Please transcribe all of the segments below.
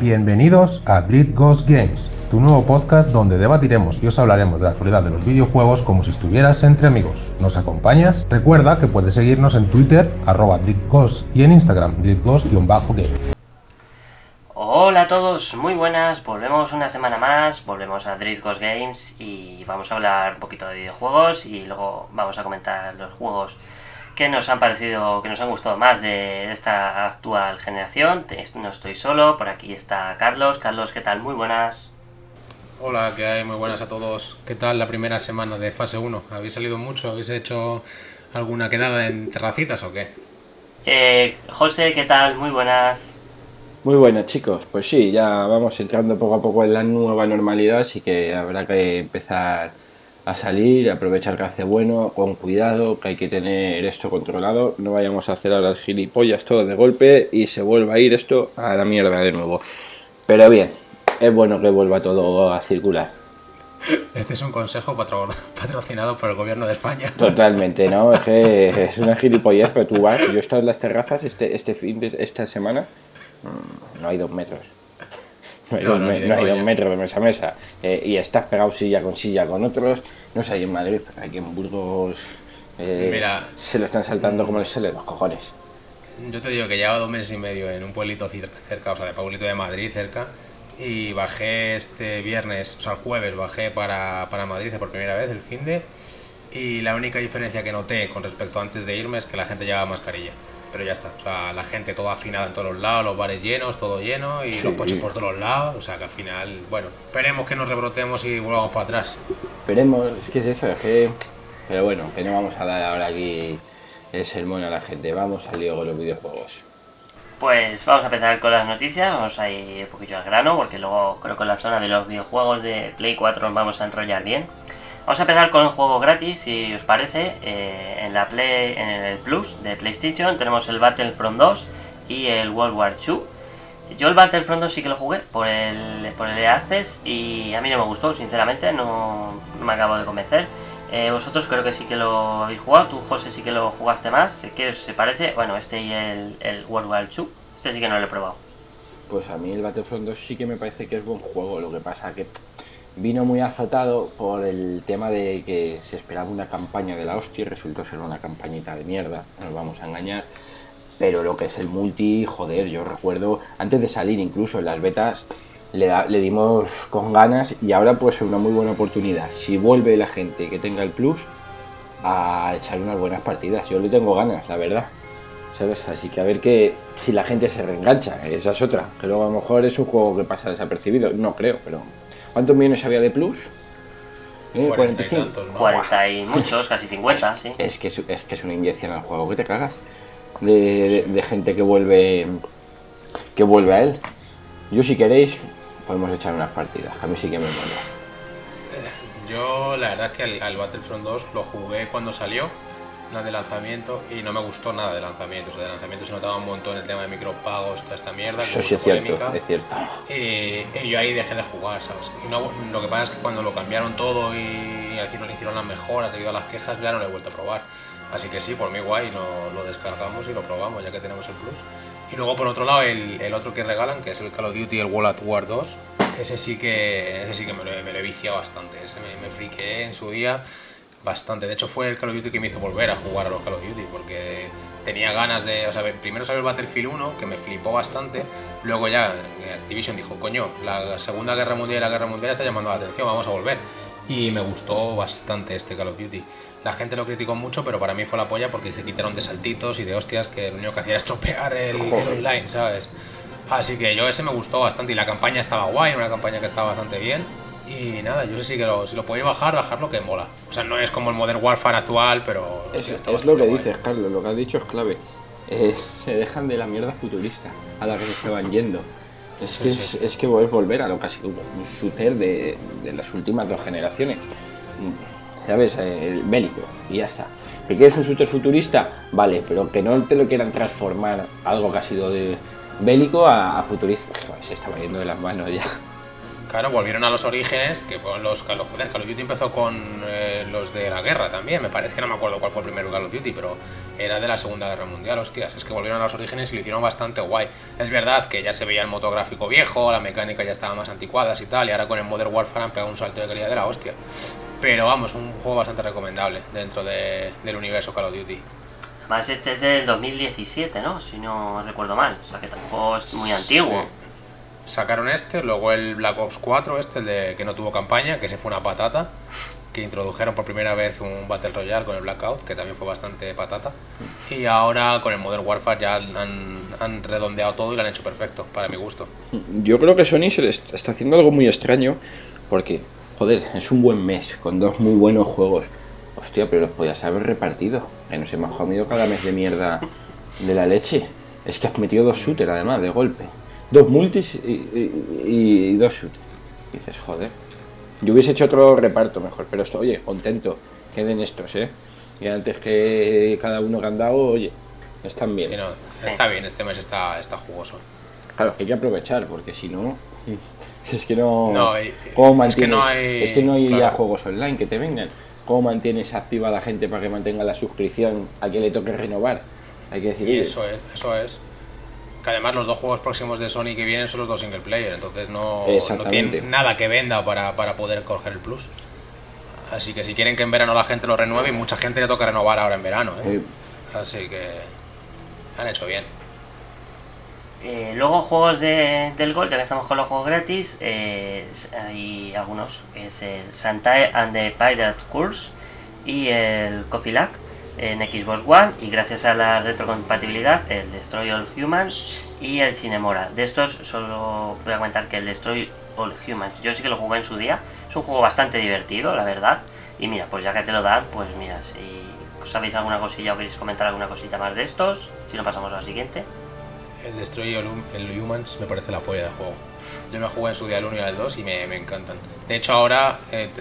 Bienvenidos a Dread Ghost Games, tu nuevo podcast donde debatiremos y os hablaremos de la actualidad de los videojuegos como si estuvieras entre amigos. ¿Nos acompañas? Recuerda que puedes seguirnos en Twitter, @DreadGhost, y en Instagram, DreadGhost_Games. Hola a todos, muy buenas, volvemos una semana más, volvemos a Dread Ghost Games y vamos a hablar un poquito de videojuegos y luego vamos a comentar los juegos que nos han parecido, que nos han gustado más de esta actual generación. No estoy solo, por aquí está Carlos. Carlos, ¿qué tal? Muy buenas. Hola, ¿qué hay? Muy buenas a todos. ¿Qué tal la primera semana de fase 1? ¿Habéis salido mucho? ¿Habéis hecho alguna quedada en terracitas o qué? José, ¿qué tal? Muy buenas. Muy buenas, chicos. Pues sí, ya vamos entrando poco a poco en la nueva normalidad, así que habrá que empezar a salir, aprovechar que hace bueno, con cuidado, que hay que tener esto controlado. No vayamos a hacer ahora el gilipollas todo de golpe y se vuelva a ir esto a la mierda de nuevo. Pero bien, es bueno que vuelva todo a circular. Este es un consejo patrocinado por el gobierno de España. Totalmente, ¿no? Es que es una gilipollez, pero tú vas. Yo he estado en las terrazas esta semana. No hay 2 metros. No hay 2 metros de mesa a mesa. Y estás pegado silla con otros. No sé, hay en Madrid, pero aquí en Burgos Mira, se lo están saltando como les sale los cojones. Yo te digo que llevaba 2 meses y medio en un pueblito cerca, o sea, de pueblito de Madrid cerca. Y bajé este viernes, o sea, el jueves bajé para Madrid por primera vez, el finde. Y la única diferencia que noté con respecto a antes de irme es que la gente llevaba mascarilla. Pero ya está, o sea, la gente toda afinada en todos los lados, los bares llenos, todo lleno y sí, los coches por todos los lados, o sea que al final, bueno, esperemos que nos rebrotemos y volvamos para atrás. Esperemos, es que es eso, es que... Pero bueno, que no vamos a dar ahora aquí el sermón a la gente, vamos al lío con los videojuegos. Pues vamos a empezar con las noticias, vamos a ir un poquillo al grano, porque luego creo que en la zona de los videojuegos de Play 4 nos vamos a enrollar bien. Vamos a empezar con un juego gratis, si os parece. En el Plus de PlayStation tenemos el Battlefront 2 y el World War II. Yo el Battlefront 2 sí que lo jugué por el EA Access y a mí no me gustó, sinceramente, no me acabo de convencer. Vosotros creo que sí que lo habéis jugado, tú José sí que lo jugaste más. ¿Qué os parece? Bueno, este y el World War II, este sí que no lo he probado. Pues a mí el Battlefront 2 sí que me parece que es buen juego, lo que pasa que... Vino muy azotado por el tema de que se esperaba una campaña de la hostia y resultó ser una campañita de mierda, no nos vamos a engañar. Pero lo que es el multi, joder, yo recuerdo, antes de salir incluso en las betas, le dimos con ganas y ahora pues es una muy buena oportunidad. Si vuelve la gente que tenga el Plus a echar unas buenas partidas, yo le tengo ganas, la verdad. ¿Sabes? Así que a ver que si la gente se reengancha, esa es otra. Que luego a lo mejor es un juego que pasa desapercibido, no creo, pero... ¿Cuántos millones había de Plus? 45. Tantos, ¿no? 40 y muchos, casi 50, sí. Es que es una inyección al juego que te cagas. De gente que vuelve a él. Yo si queréis podemos echar unas partidas, a mí sí que me mola. Yo la verdad es que al Battlefront 2 lo jugué cuando salió, de lanzamiento, y no me gustó nada de lanzamiento. O sea, de lanzamiento se notaba un montón el tema de micropagos, toda esta mierda. Eso sí es cierto. Y yo ahí dejé de jugar, ¿sabes? Y no, lo que pasa es que cuando lo cambiaron todo y hicieron las mejoras debido a las quejas, ya no lo he vuelto a probar. Así que sí, por mí guay, lo descargamos y lo probamos, ya que tenemos el Plus. Y luego por otro lado, el otro que regalan, que es el Call of Duty, el World at War 2, ese sí que me lo he viciado bastante. Ese me friqué en su día bastante. De hecho fue el Call of Duty que me hizo volver a jugar a los Call of Duty, porque tenía ganas de... O sea, primero salió el Battlefield 1, que me flipó bastante. Luego ya Activision dijo, coño, la Segunda Guerra Mundial y la Guerra Mundial está llamando la atención, vamos a volver. Y me gustó bastante este Call of Duty. La gente lo criticó mucho, pero para mí fue la polla porque se quitaron de saltitos y de hostias, que lo único que hacía era estropear el online, ¿sabes? Así que yo ese me gustó bastante y la campaña estaba guay, una campaña que estaba bastante bien. Y nada, yo sé si lo podéis bajarlo que mola. O sea, no es como el Modern Warfare actual, pero... Es lo que dices, Carlos, lo que has dicho es clave. Se dejan de la mierda futurista a la que se estaban yendo. Es que es volver a lo casi un shooter de las últimas 2 generaciones. ¿Sabes? El bélico, y ya está. ¿Que quieres un shooter futurista? Vale, pero que no te lo quieran transformar algo que ha sido de bélico a futurista. Joder, se estaba yendo de las manos ya. Claro, volvieron a los orígenes, que fueron los Call of Duty empezó con los de la guerra también, me parece que no me acuerdo cuál fue el primero Call of Duty, pero era de la Segunda Guerra Mundial, hostias, es que volvieron a los orígenes y lo hicieron bastante guay. Es verdad que ya se veía el motor gráfico viejo, la mecánica ya estaba más anticuada y tal, y ahora con el Modern Warfare han pegado un salto de calidad de la hostia. Pero vamos, un juego bastante recomendable dentro del universo Call of Duty. Además este es del 2017, ¿no? Si no recuerdo mal, o sea que tampoco es muy antiguo. Sí. Sacaron luego el Black Ops 4, el de que no tuvo campaña, que se fue una patata, que introdujeron por primera vez un Battle Royale con el Blackout, que también fue bastante patata, y ahora con el Modern Warfare ya han redondeado todo y lo han hecho perfecto, para mi gusto. Yo creo que Sony se le está haciendo algo muy extraño, porque, joder, es un buen mes, con 2 muy buenos juegos. Hostia, pero los podías haber repartido, que nos hemos comido cada mes de mierda de la leche. Es que has metido 2 shooters además, de golpe. 2 multis y 2 shooters. Dices, joder. Yo hubiese hecho otro reparto mejor, pero esto, oye, contento. Queden estos, Y antes que cada uno que han dado, oye, están bien. Sí, no, está bien, este mes está jugoso. Claro, hay que aprovechar, porque si no... Es que no... ¿Cómo mantienes? Es que no hay claro. Ya juegos online que te vengan. ¿Cómo mantienes activa a la gente para que mantenga la suscripción a quien le toque renovar? Hay que decir... Y eso es. Que además los 2 juegos próximos de Sony que vienen son los 2 single player, entonces no tienen nada que venda para poder coger el plus. Así que si quieren que en verano la gente lo renueve, y mucha gente le toca renovar ahora en verano, Así que han hecho bien. Luego juegos del Gold, ya que estamos con los juegos gratis, hay algunos, que es el Shantae and the Pirate Curse y el Coffee Luck en Xbox One, y gracias a la retrocompatibilidad el Destroy All Humans y el Cinemora. De estos solo voy a comentar que el Destroy All Humans yo sí que lo jugué en su día, es un juego bastante divertido, la verdad, y mira, pues ya que te lo dan, pues mira, si sabéis alguna cosilla o queréis comentar alguna cosita más de estos, si no pasamos al siguiente. El Destroy All Humans me parece la polla de juego. Yo me jugué en su día el 1 y el 2 y me encantan. De hecho ahora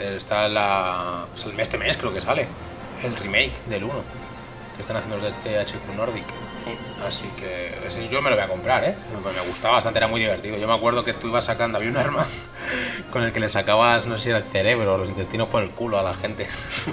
está este mes creo que sale el remake del 1 que están haciendo los de THQ Nordic. Sí. Así que ese yo me lo voy a comprar, me gustaba bastante, era muy divertido. Yo me acuerdo que tú ibas sacando, había un arma con el que le sacabas, no sé si era el cerebro o los intestinos por el culo a la gente.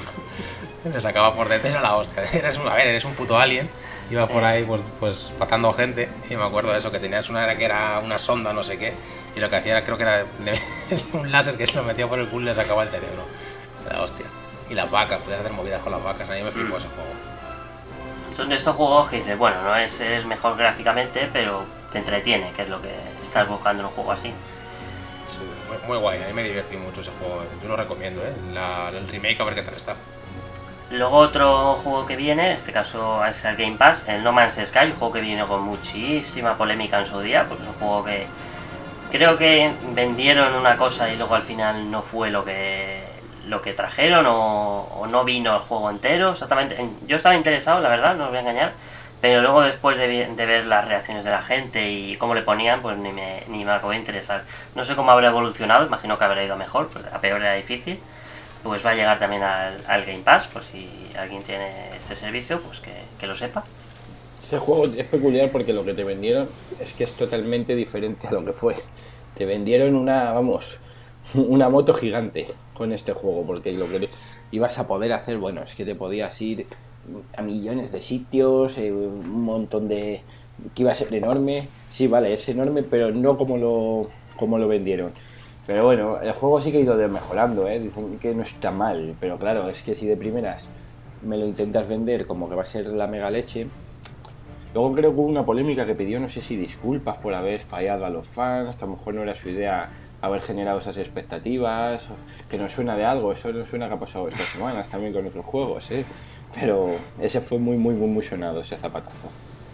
Le sacaba por dentro, era la hostia. Eres un puto alien. Iba por ahí pues matando gente, y me acuerdo de eso, que tenías que era una sonda, no sé qué, y lo que hacía creo que era un láser que se lo metía por el culo y le sacaba el cerebro. La hostia. Y las vacas, podías hacer movidas con las vacas, a mí me flipó ese juego. Son de estos juegos que dices, bueno, no es el mejor gráficamente, pero te entretiene, que es lo que estás buscando en un juego así. Sí, muy guay, a mí me divertí mucho ese juego, yo lo recomiendo, el remake, a ver qué tal está. Luego otro juego que viene, en este caso es el Game Pass, el No Man's Sky, un juego que viene con muchísima polémica en su día, porque es un juego que creo que vendieron una cosa y luego al final no fue lo que trajeron, o no vino el juego entero, exactamente. Yo estaba interesado, la verdad, no os voy a engañar, pero luego después de ver las reacciones de la gente y cómo le ponían, pues ni me acabó de interesar. No sé cómo habrá evolucionado, imagino que habrá ido mejor, porque a peor era difícil. Pues va a llegar también al Game Pass, por si alguien tiene este servicio, pues que lo sepa. Ese juego es peculiar porque lo que te vendieron es que es totalmente diferente a lo que fue. Te vendieron una moto gigante con este juego, porque lo que ibas a poder hacer, bueno, es que te podías ir a millones de sitios, un montón de... que iba a ser enorme. Sí, vale, es enorme, pero no como lo vendieron. Pero bueno, el juego sí que ha ido mejorando, dicen que no está mal, pero claro, es que si de primeras me lo intentas vender como que va a ser la mega leche. Luego creo que hubo una polémica que pidió, no sé si disculpas por haber fallado a los fans, que a lo mejor no era su idea haber generado esas expectativas, que nos suena de algo, eso nos suena que ha pasado estas semanas también con otros juegos, pero ese fue muy sonado, ese zapatazo.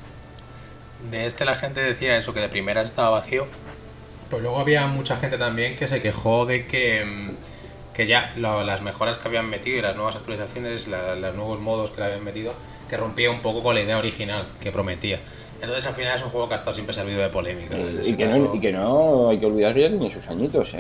De la gente decía eso, que de primeras estaba vacío. Pues luego había mucha gente también que se quejó de que ya las mejoras que habían metido y las nuevas actualizaciones, los nuevos modos que le habían metido, que rompía un poco con la idea original que prometía. Entonces al final es un juego que ha estado siempre servido de polémica. Y que no hay que olvidar ya ni sus añitos,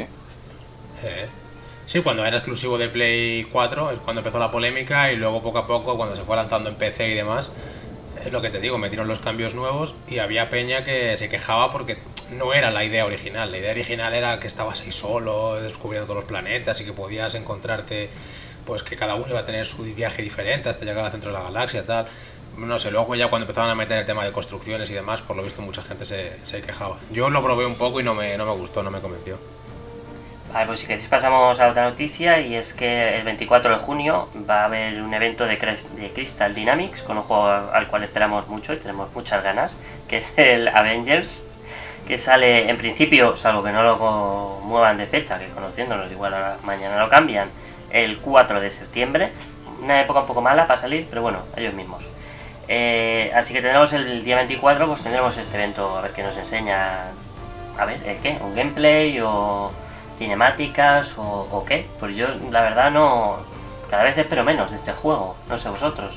Sí, cuando era exclusivo de Play 4 es cuando empezó la polémica, y luego poco a poco cuando se fue lanzando en PC y demás, es lo que te digo, metieron los cambios nuevos y había peña que se quejaba porque no era la idea original. La idea original era que estabas ahí solo, descubriendo todos los planetas y que podías encontrarte, pues que cada uno iba a tener su viaje diferente hasta llegar al centro de la galaxia, tal. No sé, luego ya cuando empezaban a meter el tema de construcciones y demás, por lo visto mucha gente se quejaba. Yo lo probé un poco y no me gustó, no me convenció. Vale, pues si queréis pasamos a otra noticia, y es que el 24 de junio va a haber un evento de Crystal Dynamics con un juego al cual esperamos mucho y tenemos muchas ganas, que es el Avengers, que sale en principio, salvo que no lo muevan de fecha, que conociéndonos igual ahora, mañana lo cambian, el 4 de septiembre, una época un poco mala para salir, pero bueno, ellos mismos. Así que tendremos el día 24, pues tendremos este evento, a ver qué nos enseña, a ver, ¿qué? ¿Un gameplay o cinemáticas o qué? Pues yo la verdad no, cada vez espero menos de este juego, no sé vosotros.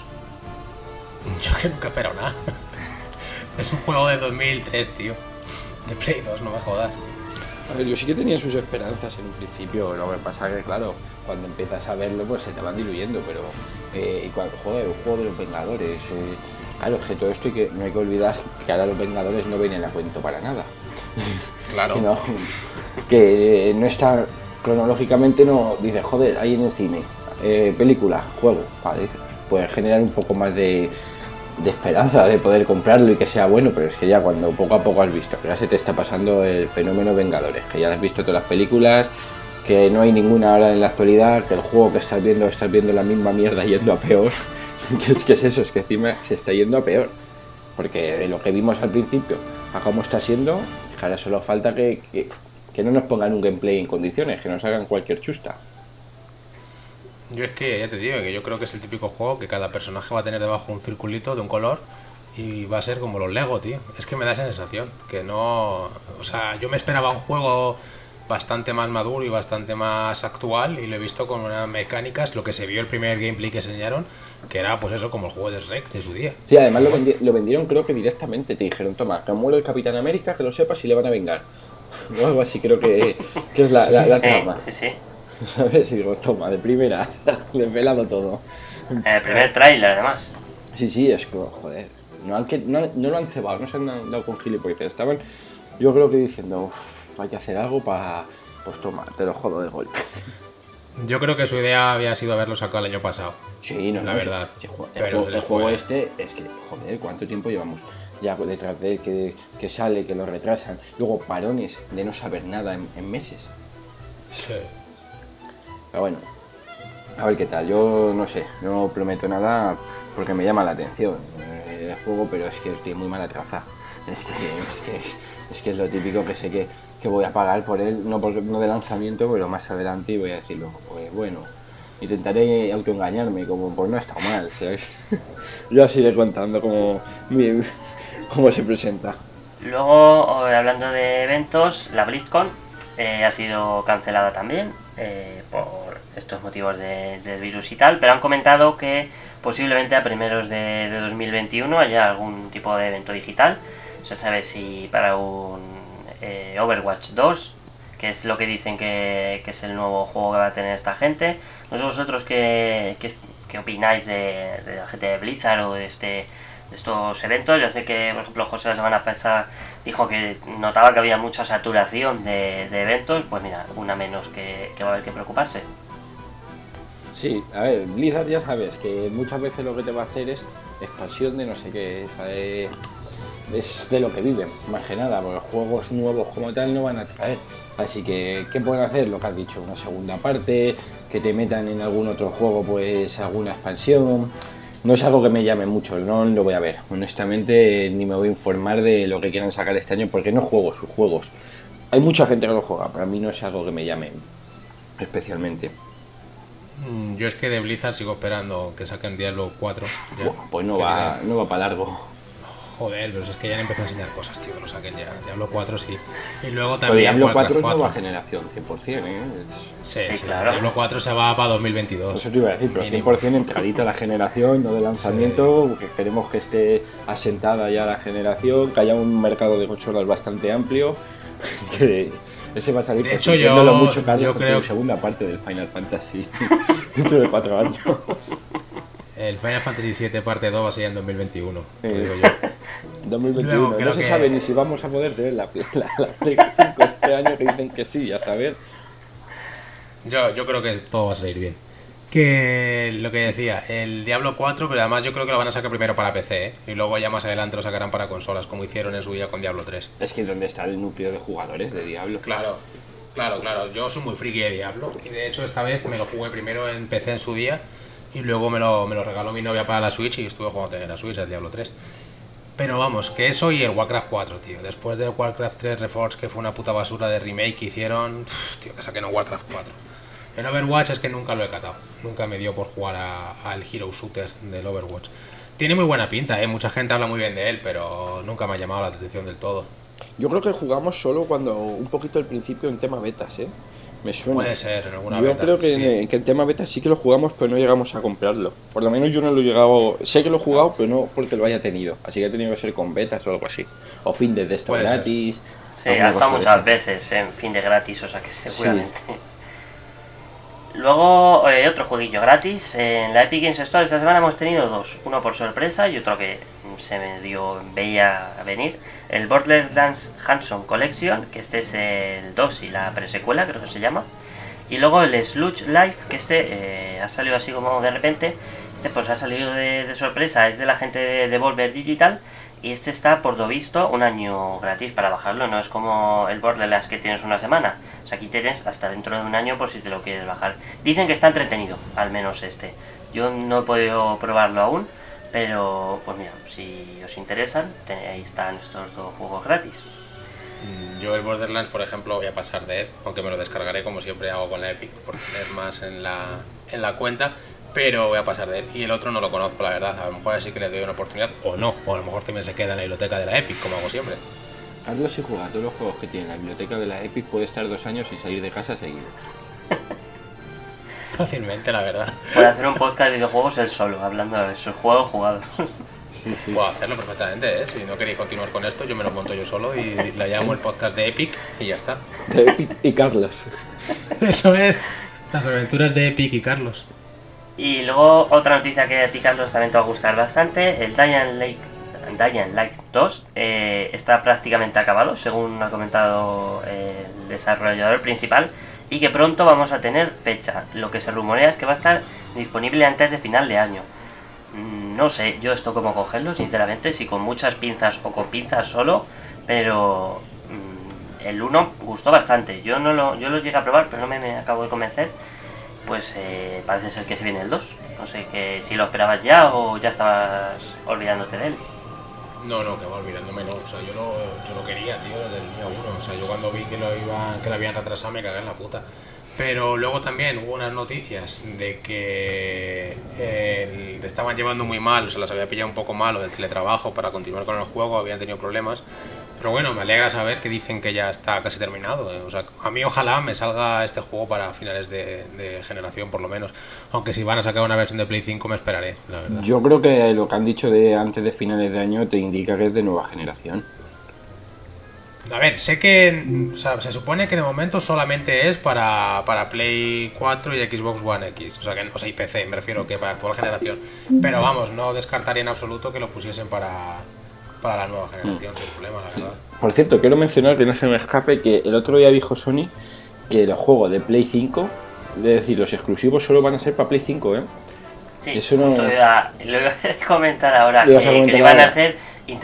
Yo que nunca espero nada. Es un juego de 2003, tío, de Play 2, no me jodas. A ver, yo sí que tenía sus esperanzas en un principio, lo que pasa que claro, cuando empiezas a verlo pues se te van diluyendo, pero y cuando el juego de los Vengadores, claro, es que todo esto no hay que olvidar que ahora los Vengadores no vienen a cuento para nada. Claro. que no está cronológicamente, no dices, joder, hay en el cine, película, juego, vale, dices, puede generar un poco más de esperanza de poder comprarlo y que sea bueno, pero es que ya cuando poco a poco has visto que ya se te está pasando el fenómeno Vengadores, que ya has visto todas las películas, que no hay ninguna ahora en la actualidad, que el juego que estás viendo la misma mierda yendo a peor. ¿Qué es eso? Es que encima se está yendo a peor, porque de lo que vimos al principio a cómo está siendo, ahora solo falta que no nos pongan un gameplay en condiciones, que nos hagan cualquier chusta. Yo es que, ya te digo, que yo creo que es el típico juego que cada personaje va a tener debajo un circulito de un color y va a ser como los Lego, tío. Es que me da esa sensación, que no... O sea, yo me esperaba un juego bastante más maduro y bastante más actual y lo he visto con unas mecánicas, lo que se vio el primer gameplay que enseñaron, que era pues eso, como el juego de Shrek de su día. Sí, además lo vendieron creo que directamente, te dijeron, toma, que muere el Capitán América, que lo sepas y le van a vengar. O algo así creo que es la trama. Sí. ¿Sabes? Y digo, toma, de primera, desvelado todo. El primer tráiler, además. Sí, es que, joder, no lo han cebado, no se han dado con gilipolleces. Estaban, yo creo que diciendo, hay que hacer algo para, pues toma, te lo jodo de golpe. Yo creo que su idea había sido haberlo sacado el año pasado. Sí, la verdad. El juego este es que, joder, ¿cuánto tiempo llevamos ya detrás de él que sale, que lo retrasan? Luego parones de no saber nada en meses. Sí. Pero bueno, a ver qué tal. Yo no sé, no prometo nada porque me llama la atención el juego, pero es que estoy muy mala traza. Es que es lo típico que sé que voy a pagar por él, no de lanzamiento, pero más adelante, y voy a decirlo, pues bueno, intentaré autoengañarme, como pues no está mal, ¿sabes? Yo os iré contando cómo se presenta. Luego, hablando de eventos, la BlizzCon ha sido cancelada también por estos motivos del virus y tal, pero han comentado que posiblemente a primeros de 2021 haya algún tipo de evento digital. No se sabe si para un Overwatch 2, que es lo que dicen que es el nuevo juego que va a tener esta gente. No sé vosotros qué opináis de la gente de Blizzard o de estos eventos. Ya sé que, por ejemplo, José la semana pasada dijo que notaba que había mucha saturación de eventos. Pues mira, una menos que va a haber que preocuparse. Sí, a ver, Blizzard ya sabes que muchas veces lo que te va a hacer es expansión de no sé qué, es de lo que viven, más que nada, porque juegos nuevos como tal no van a traer. Así que, ¿qué pueden hacer? Lo que has dicho, una segunda parte, que te metan en algún otro juego, pues alguna expansión. No es algo que me llame mucho, no lo voy a ver. Honestamente, ni me voy a informar de lo que quieran sacar este año, porque no juego sus juegos. Hay mucha gente que lo juega, pero a mí no es algo que me llame especialmente. Yo es que de Blizzard sigo esperando que saquen Diablo 4. Pues no va para largo. Joder, pero es que ya han empezado a enseñar cosas, tío, que lo saquen ya. Diablo 4 sí. Y luego también Diablo 4 es nueva generación, 100%, ¿eh? Sí, claro. Diablo 4 se va para 2022. Eso te iba a decir, pero 100% entradita la generación, no de lanzamiento, sí. Que esperemos que esté asentada ya la generación, que haya un mercado de consolas bastante amplio, que ese va a salir de hecho, yo mucho caro creo la segunda parte del Final Fantasy dentro de 4 años. El Final Fantasy VII parte 2 va a ser en 2021, lo digo yo. 2021. Luego, creo No se que- sabe ni si vamos a poder tener la Play 5 este año, que dicen que sí, a saber. Yo creo que todo va a salir bien. Que lo que decía, el Diablo 4, pero además yo creo que lo van a sacar primero para PC, ¿eh? Y luego ya más adelante lo sacarán para consolas, como hicieron en su día con Diablo 3. Es que ¿dónde está el núcleo de jugadores de Diablo? Claro. Yo soy muy friki de Diablo y de hecho esta vez me lo jugué primero en PC en su día y luego me lo regaló mi novia para la Switch y estuve jugando en la Switch, el Diablo 3. Pero vamos, que eso y el Warcraft 4, tío. Después de Warcraft 3 Reforged, que fue una puta basura de remake que hicieron, tío, que saquen un Warcraft 4. En Overwatch es que nunca lo he catado. Nunca me dio por jugar al Hero Shooter del Overwatch. Tiene muy buena pinta, mucha gente habla muy bien de él, pero nunca me ha llamado la atención del todo. Yo creo que jugamos solo cuando un poquito al principio en tema betas, ¿eh? Me suena. Puede ser, en alguna Yo beta, creo que, sí. que en tema beta sí que lo jugamos, pero no llegamos a comprarlo. Por lo menos yo no lo he llegado. Sé que lo he jugado, pero no porque lo haya tenido. Así que ha tenido que ser con betas o algo así. O fin de esto Puede ser. gratis. Sí, alguna hasta cosa de muchas esa. veces en fin de gratis, o sea que seguramente. Luego, otro jueguillo gratis. En la Epic Games Store esta semana hemos tenido dos. Uno por sorpresa y otro que se me veía venir. El Borderlands Handsome Collection, que este es el 2 y la presecuela, creo que se llama. Y luego el Sludge Life, que este ha salido así como de repente. Este pues ha salido de sorpresa, es de la gente de Devolver Digital. Y este está, por lo visto, un año gratis para bajarlo. No es como el Borderlands que tienes una semana. O sea, aquí tienes hasta dentro de un año por si te lo quieres bajar. Dicen que está entretenido, al menos este. Yo no he podido probarlo aún, pero pues mira, si os interesan, ahí están estos dos juegos gratis. Yo el Borderlands, por ejemplo, voy a pasar de él, aunque me lo descargaré como siempre hago con la Epic, por tener más en la cuenta, pero voy a pasar de él. Y el otro no lo conozco, la verdad. A lo mejor así que le doy una oportunidad, o no, o a lo mejor también se queda en la biblioteca de la Epic, como hago siempre. Carlos, si juega todos los juegos que tiene la biblioteca de la Epic, puede estar 2 años sin salir de casa seguido. Fácilmente, la verdad. Puede hacer un podcast de videojuegos él solo, hablando de sus juegos jugados. Sí, sí. Puedo hacerlo perfectamente, ¿eh? Si no queréis continuar con esto, yo me lo monto yo solo y le llamo el podcast de Epic y ya está. De Epic y Carlos. Eso es. Las aventuras de Epic y Carlos. Y luego otra noticia que a ti, Carlos, también te va a gustar bastante. El Dying Light 2 está prácticamente acabado, según ha comentado el desarrollador principal, y que pronto vamos a tener fecha. Lo que se rumorea es que va a estar disponible antes de final de año. No sé yo esto cómo cogerlo, sinceramente, si con muchas pinzas o con pinzas solo, pero el 1 gustó bastante. Yo lo llegué a probar, pero no me acabo de convencer. Pues parece ser que se viene el 2. No sé que si lo esperabas ya o ya estabas olvidándote de él. No, que va olvidándome, no. O sea, yo lo quería, tío, desde el día 1. O sea, yo cuando vi que lo habían retrasado me cagué en la puta. Pero luego también hubo unas noticias de que le estaban llevando muy mal, o sea, las había pillado un poco mal lo del teletrabajo para continuar con el juego, habían tenido problemas. Pero bueno, me alegra saber que dicen que ya está casi terminado. O sea, a mí ojalá me salga este juego para finales de generación, por lo menos. Aunque si van a sacar una versión de Play 5 me esperaré, la verdad. Yo creo que lo que han dicho de antes de finales de año te indica que es de nueva generación. A ver, sé que o sea, se supone que de momento solamente es para Play 4 y Xbox One X, o sea, y PC, me refiero que para actual generación. Pero vamos, no descartaría en absoluto que lo pusiesen para la nueva generación, sin problema, la verdad. Por cierto, quiero mencionar que no se me escape que el otro día dijo Sony que los juegos de Play 5, es decir, los exclusivos solo van a ser para Play 5, ¿eh? Sí, Eso no... justo lo iba a comentar ahora, Lo ibas a comentar que iban ahora. a ser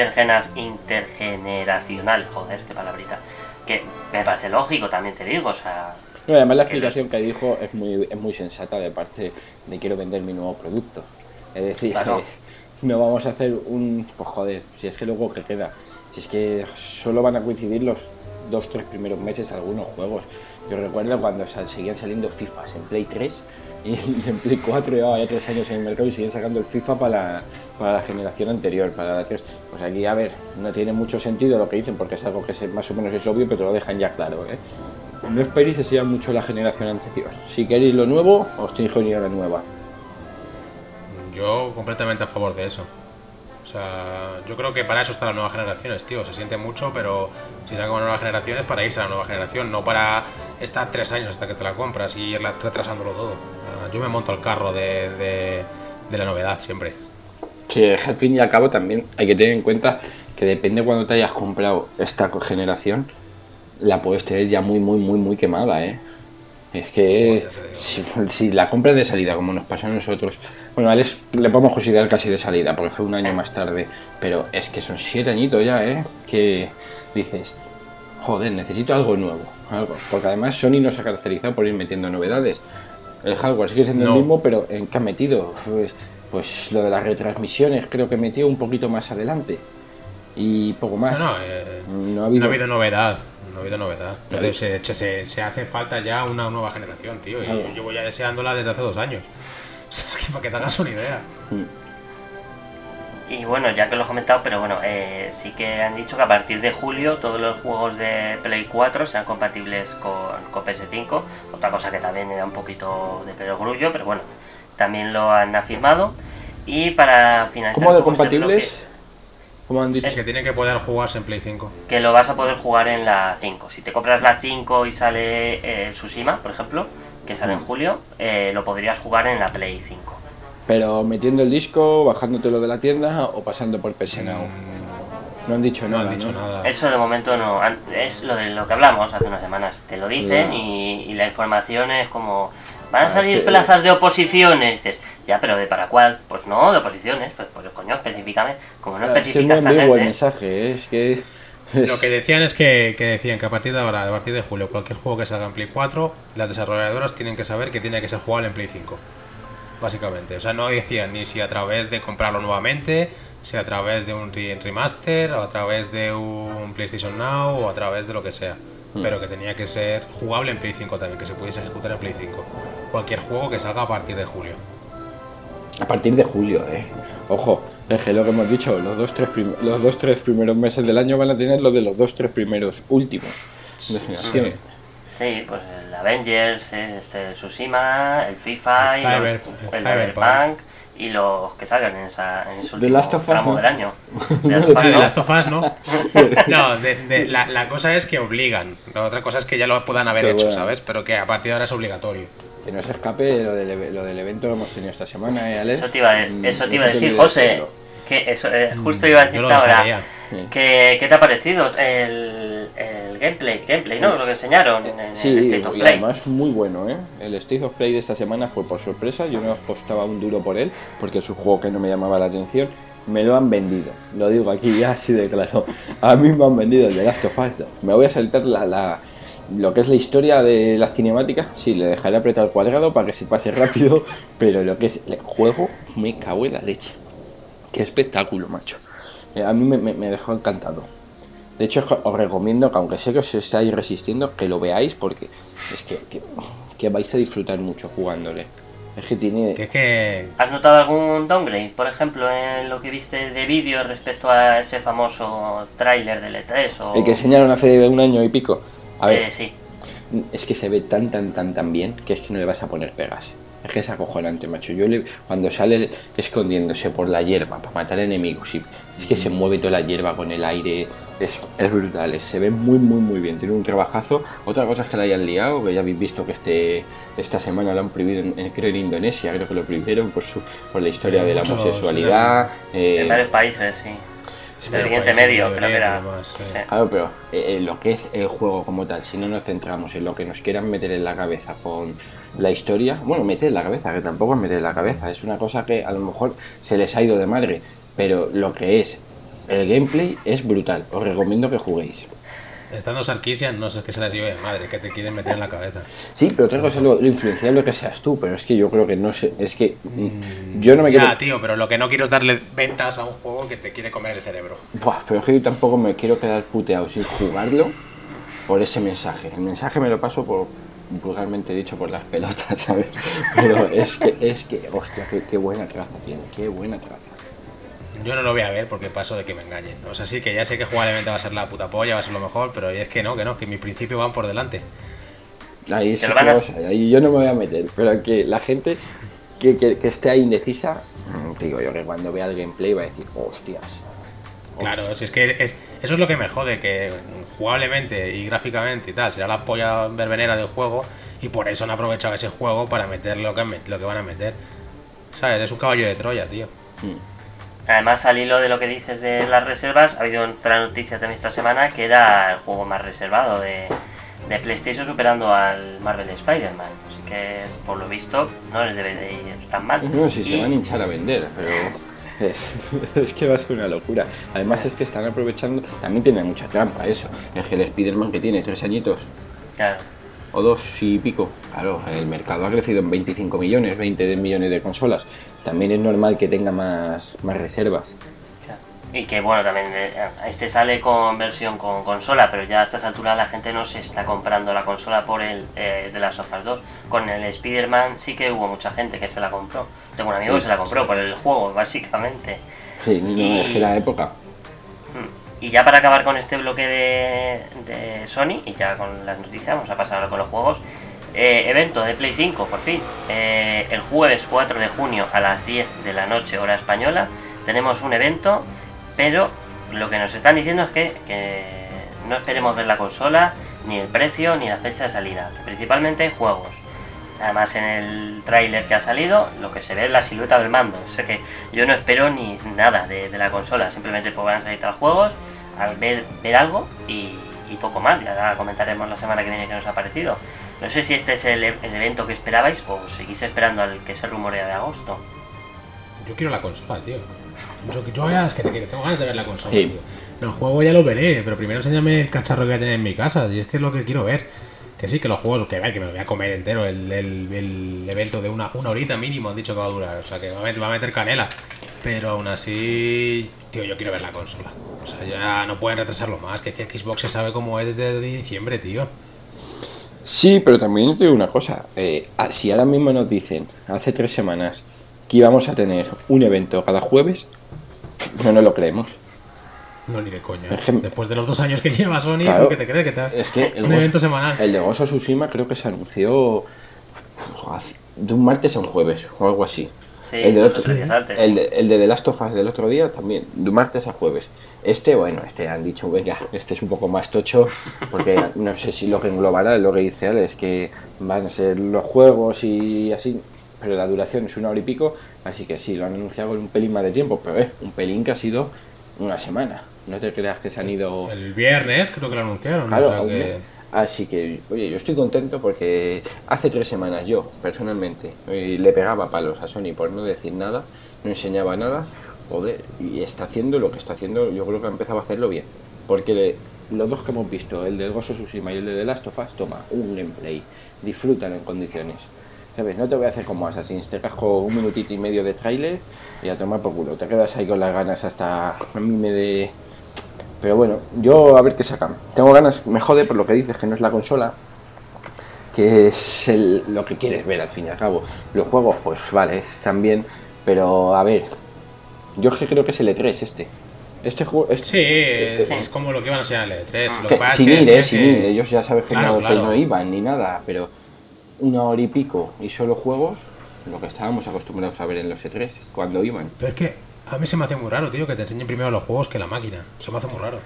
intergeneracional, joder, qué palabrita. Que me parece lógico, también te digo, o sea... No, además la que explicación los- que dijo es muy sensata de parte de quiero vender mi nuevo producto. Es decir, Claro. no vamos a hacer un... Pues joder, si es que luego que queda. Si es que solo van a coincidir los 2-3 primeros meses algunos juegos. Yo recuerdo cuando seguían saliendo FIFAs en Play 3 y en Play 4 llevaba ya 3 años en el mercado y siguen sacando el FIFA para la generación anterior, para la 3. Pues aquí, a ver, no tiene mucho sentido lo que dicen porque es algo que más o menos es obvio, pero lo dejan ya claro, ¿eh? No esperéis que sea mucho la generación anterior. Si queréis lo nuevo, os tenéis que unir a la nueva. Yo completamente a favor de eso. O sea, yo creo que para eso están las nuevas generaciones, tío. Se siente mucho, pero si sacan nuevas generaciones para irse a la nueva generación, no para estar 3 años hasta que te la compras y ir retrasándolo todo. Yo me monto al carro de la novedad siempre. Que al fin y al cabo también hay que tener en cuenta que depende cuando te hayas comprado esta generación, la puedes tener ya muy quemada, ¿eh? Es que si la compras de salida, como nos pasó a nosotros, bueno, a Alex le podemos considerar casi de salida, porque fue un año más tarde, pero es que son 7 añitos ya, ¿eh? Que dices, joder, necesito algo nuevo, algo. Porque además Sony no se ha caracterizado por ir metiendo novedades. El hardware sigue siendo el mismo, pero ¿en qué ha metido? Pues lo de las retransmisiones creo que metió un poquito más adelante. Y poco más. No ha habido novedad. No ha habido novedad. Entonces, se hace falta ya una nueva generación, tío. Y yo llevo ya deseándola desde hace 2 años. O sea, que para que te hagas una idea. Y bueno, ya que lo he comentado, pero bueno, sí que han dicho que a partir de julio todos los juegos de Play 4 serán compatibles con PS5. Otra cosa que también era un poquito de perogrullo, pero bueno, también lo han afirmado. Y para finalizar... ¿Cómo de compatibles? ¿Cómo han dicho? Es que tiene que poder jugarse en Play 5. Que lo vas a poder jugar en la 5. Si te compras la 5 y sale el Tsushima, por ejemplo, que sale en julio, lo podrías jugar en la Play 5. Pero metiendo el disco, bajándotelo de la tienda o pasando por PS Now. No han dicho nada. Nada. Eso de momento no. Es lo de lo que hablamos hace unas semanas. Te lo dicen y la información es como... Van a salir plazas de oposiciones. Dices, ya, pero ¿de para cuál? Pues no, de oposiciones. Pues coño, específicame. Como no especifica esta gente... el mensaje, es que... Lo que decían es que decían que a partir de ahora, a partir de julio, cualquier juego que salga en Play 4, las desarrolladoras tienen que saber que tiene que ser jugable en Play 5. Básicamente. O sea, no decían ni si a través de comprarlo nuevamente, si a través de un remaster, o a través de un PlayStation Now, o a través de lo que sea. Pero que tenía que ser jugable en Play 5 también, que se pudiese ejecutar en Play 5. Cualquier juego que salga a partir de julio. A partir de julio, Ojo, es que lo que hemos dicho, los 2-3 primeros meses del año van a tener lo de los 2-3 primeros últimos de generación. Sí, pues el Avengers, Tsushima, el FIFA, el Cyberpunk y los que salgan en ese último tramo del año. The Last of Us, ¿no? No, la cosa es que obligan. La otra cosa es que ya lo puedan haber hecho, ¿sabes? Pero que a partir de ahora es obligatorio. Que no se escape lo del evento que hemos tenido esta semana, Alex. Eso te iba a decir, José. Que eso, justo iba a decirte ahora. ¿Qué te ha parecido el gameplay, ¿no? Lo que enseñaron en el State of Play. Además muy bueno, El State of Play de esta semana fue por sorpresa. Yo no apostaba un duro por él, porque es un juego que no me llamaba la atención. Me lo han vendido, lo digo aquí ya así de claro. A mí me han vendido el The Last of Us 2. Me voy a saltar lo que es la historia de la cinemática. Sí, le dejaré apretar el cuadrado para que se pase rápido. Pero lo que es el juego, me cago en la leche. Qué espectáculo, macho. A mí me dejó encantado. De hecho, os recomiendo que, aunque sé que os estáis resistiendo, que lo veáis, porque es que vais a disfrutar mucho jugándole. Es que tiene... ¿Has notado algún downgrade, por ejemplo, en lo que viste de vídeo respecto a ese famoso tráiler del E3? O... El que enseñaron hace un año y pico. A ver, sí. Es que se ve tan bien que es que no le vas a poner pegas. Es que es acojonante, macho. Cuando sale escondiéndose por la hierba para matar enemigos, es que se mueve toda la hierba con el aire, es brutal, se ve muy bien, tiene un trabajazo. Otra cosa es que la hayan liado, que ya habéis visto que esta semana lo han prohibido, creo en Indonesia, creo que lo prohibieron por la historia de la homosexualidad. En varios países, sí. Del Oriente Medio, creo que era. Claro, pero lo que es el juego como tal, si no nos centramos en lo que nos quieran meter en la cabeza con la historia, bueno, meter en la cabeza, que tampoco es meter en la cabeza, es una cosa que a lo mejor se les ha ido de madre, pero lo que es el gameplay es brutal, os recomiendo que juguéis. Estando Sarkisian, no sé, es que se les lleve de madre, que te quieren meter en la cabeza. Sí, pero otra cosa es lo influenciable que seas tú, pero es que yo creo que no sé, es que yo no me quiero... Ya, tío, pero lo que no quiero es darle ventas a un juego que te quiere comer el cerebro. Buah, pero es que yo tampoco me quiero quedar puteado sin jugarlo por ese mensaje. El mensaje me lo paso por, vulgarmente dicho, por las pelotas, ¿sabes? Pero es que, hostia, qué buena traza tiene, qué buena traza. Yo no lo voy a ver porque paso de que me engañen. O sea, sí que ya sé que jugablemente va a ser la puta polla, va a ser lo mejor, pero es que no, que mis principios van por delante. Ahí sí, ahí yo no me voy a meter, pero que la gente que esté ahí indecisa, digo yo que cuando vea el gameplay va a decir, hostias. Claro, si es que eso es lo que me jode, que jugablemente y gráficamente y tal, será la polla verbenera del juego y por eso han aprovechado ese juego para meter lo que van a meter. ¿Sabes? Es un caballo de Troya, tío. Además, al hilo de lo que dices de las reservas, ha habido otra noticia también esta semana que era el juego más reservado de PlayStation, superando al Marvel Spider-Man. Así que, por lo visto, no les debe de ir tan mal. No, si se van a hinchar a vender, pero es que va a ser una locura. Además es que están aprovechando, también tiene mucha trampa eso. El Spider-Man que tiene 3 añitos. Claro. O 2 y pico. Claro, el mercado ha crecido en 25 millones, 20 millones de consolas. También es normal que tenga más reservas. Y que bueno, también este sale con versión con consola, pero ya a estas alturas la gente no se está comprando la consola por el de las of Us 2. Con el Spider-Man sí que hubo mucha gente que se la compró. Tengo un amigo que se la compró por el juego, básicamente. Sí, no, es que la época. Y ya para acabar con este bloque de Sony, y ya con las noticias, vamos a pasar ahora con los juegos. Evento de Play 5, por fin. El jueves 4 de junio a las 10 de la noche, hora española, tenemos un evento, pero lo que nos están diciendo es que no esperemos ver la consola, ni el precio, ni la fecha de salida. Principalmente juegos. Además, en el tráiler que ha salido, lo que se ve es la silueta del mando. O sea que yo no espero ni nada de la consola. Simplemente pues van a salir tal juegos, al ver algo y poco más. Ya comentaremos la semana que viene qué nos ha parecido. No sé si este es el evento que esperabais o seguís esperando al que se rumorea de agosto. Yo quiero la consola, tío. Yo ya es que tengo ganas de ver la consola, sí. Tío. El juego ya lo veré, pero primero enséñame el cacharro que voy a tener en mi casa. Y es que es lo que quiero ver. Que sí, que los juegos, que me lo voy a comer entero. El evento de una horita mínimo han dicho que va a durar. O sea, que va a meter canela. Pero aún así, tío, yo quiero ver la consola. O sea, ya no pueden retrasarlo más. Que Xbox se sabe cómo es desde diciembre, tío. Sí, pero también te digo una cosa. Si ahora mismo nos dicen, hace 3 semanas, que íbamos a tener un evento cada jueves, no nos lo creemos. No, ni de coña. Es que, después de los 2 años que lleva Sony, claro, ¿tú qué te crees que te es que un evento semanal? El de Ghost of Tsushima creo que se anunció de un martes a un jueves o algo así. Sí, el de The Last of Us del otro día también, de un martes a jueves. Este han dicho, venga, este es un poco más tocho, porque no sé si lo que englobará, lo que dice él, es que van a ser los juegos y así, pero la duración es 1 hora y pico, así que sí, lo han anunciado con un pelín más de tiempo, pero un pelín que ha sido una semana. No te creas que se han ido... El viernes creo que lo anunciaron. Claro, o sea que... Así que, oye, yo estoy contento porque hace 3 semanas yo, personalmente, le pegaba palos a Sony por no decir nada, no enseñaba nada, joder, y está haciendo lo que está haciendo, yo creo que ha empezado a hacerlo bien. Porque los dos que hemos visto, el del Ghost of Tsushima y el de The Last of Us, toma, un gameplay, disfrutan en condiciones. ¿Sabes? No te voy a hacer como Assassin's, te casco 1 minutito y medio de tráiler y a tomar por culo, te quedas ahí con las ganas hasta a mí me de... Pero bueno, yo a ver qué sacan. Tengo ganas, me jode por lo que dices, que no es la consola, que es lo que quieres ver al fin y al cabo. Los juegos, pues vale, están bien, pero a ver, yo es que creo que es el E3 este juego... Sí, es como lo que iban a enseñar el E3. Lo que pasa sin es que ir, ellos ya sabes que, claro. Que no iban ni nada, pero 1 hora y pico y solo juegos, lo que estábamos acostumbrados a ver en los E3, cuando iban. Pero es que a mí se me hace muy raro, tío, que te enseñen primero los juegos que la máquina. Se me hace muy raro.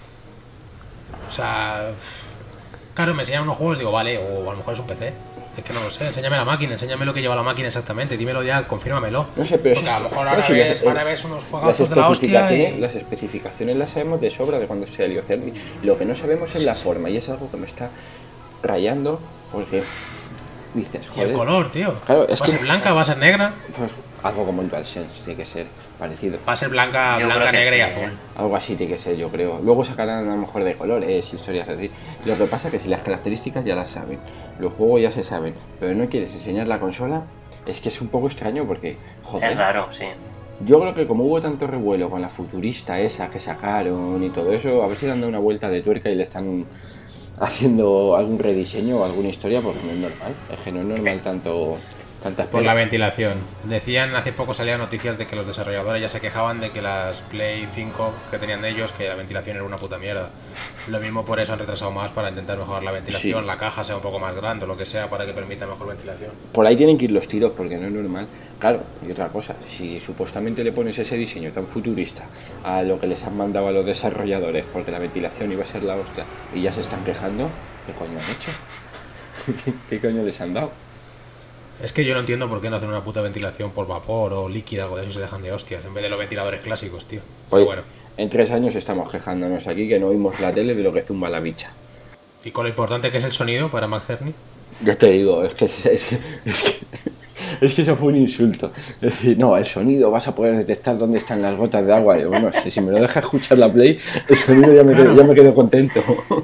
O sea, claro, me enseñan unos juegos, digo, vale, o a lo mejor es un PC. Es que no lo sé, enséñame la máquina, enséñame lo que lleva la máquina exactamente, dímelo ya, confírmamelo. No sé, pero porque a lo mejor ahora ves unos juegazos de la hostia y... Las especificaciones las sabemos de sobra de cuando se salió Cerny. Lo que no sabemos es la forma, y es algo que me está rayando, porque dices, joder... Y el color, tío. Claro, ¿Va a ser blanca, va a ser negra? Pues algo como el DualSense, tiene que ser parecido. Va a ser blanca, negra y azul. Algo así tiene que ser, yo creo. Luego sacarán a lo mejor de colores, historias así. Lo que pasa es que si las características ya las saben, los juegos ya se saben, pero no quieres enseñar la consola, es que es un poco extraño porque, joder. Es raro, sí. Yo creo que como hubo tanto revuelo con la futurista esa que sacaron y todo eso, a ver si le han dado una vuelta de tuerca y le están haciendo algún rediseño o alguna historia, porque no es normal. Es que no es normal tantas por la ventilación. Decían, hace poco salían noticias de que los desarrolladores ya se quejaban de que las Play 5 que tenían de ellos, que la ventilación era una puta mierda. Lo mismo, por eso han retrasado más, para intentar mejorar la ventilación, la caja sea un poco más grande o lo que sea, para que permita mejor ventilación. Por ahí tienen que ir los tiros, porque no es normal. Claro, y otra cosa, si supuestamente le pones ese diseño tan futurista a lo que les han mandado a los desarrolladores, porque la ventilación iba a ser la hostia, y ya se están quejando, ¿qué coño han hecho? ¿Qué coño les han dado? Es que yo no entiendo por qué no hacen una puta ventilación por vapor o líquida, algo de eso, y se dejan de hostias, en vez de los ventiladores clásicos, tío. Pero bueno. En 3 años estamos quejándonos aquí que no oímos la tele de lo que zumba la bicha. ¿Y con lo importante que es el sonido para Mac Cerny? Yo te digo, es que eso fue un insulto. Es decir, no, el sonido, vas a poder detectar dónde están las gotas de agua. Y bueno, si me lo dejas escuchar la Play, el sonido ya me quedo contento.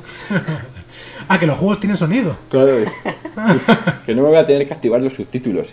Ah, que los juegos tienen sonido. Claro, que no me voy a tener que activar los subtítulos,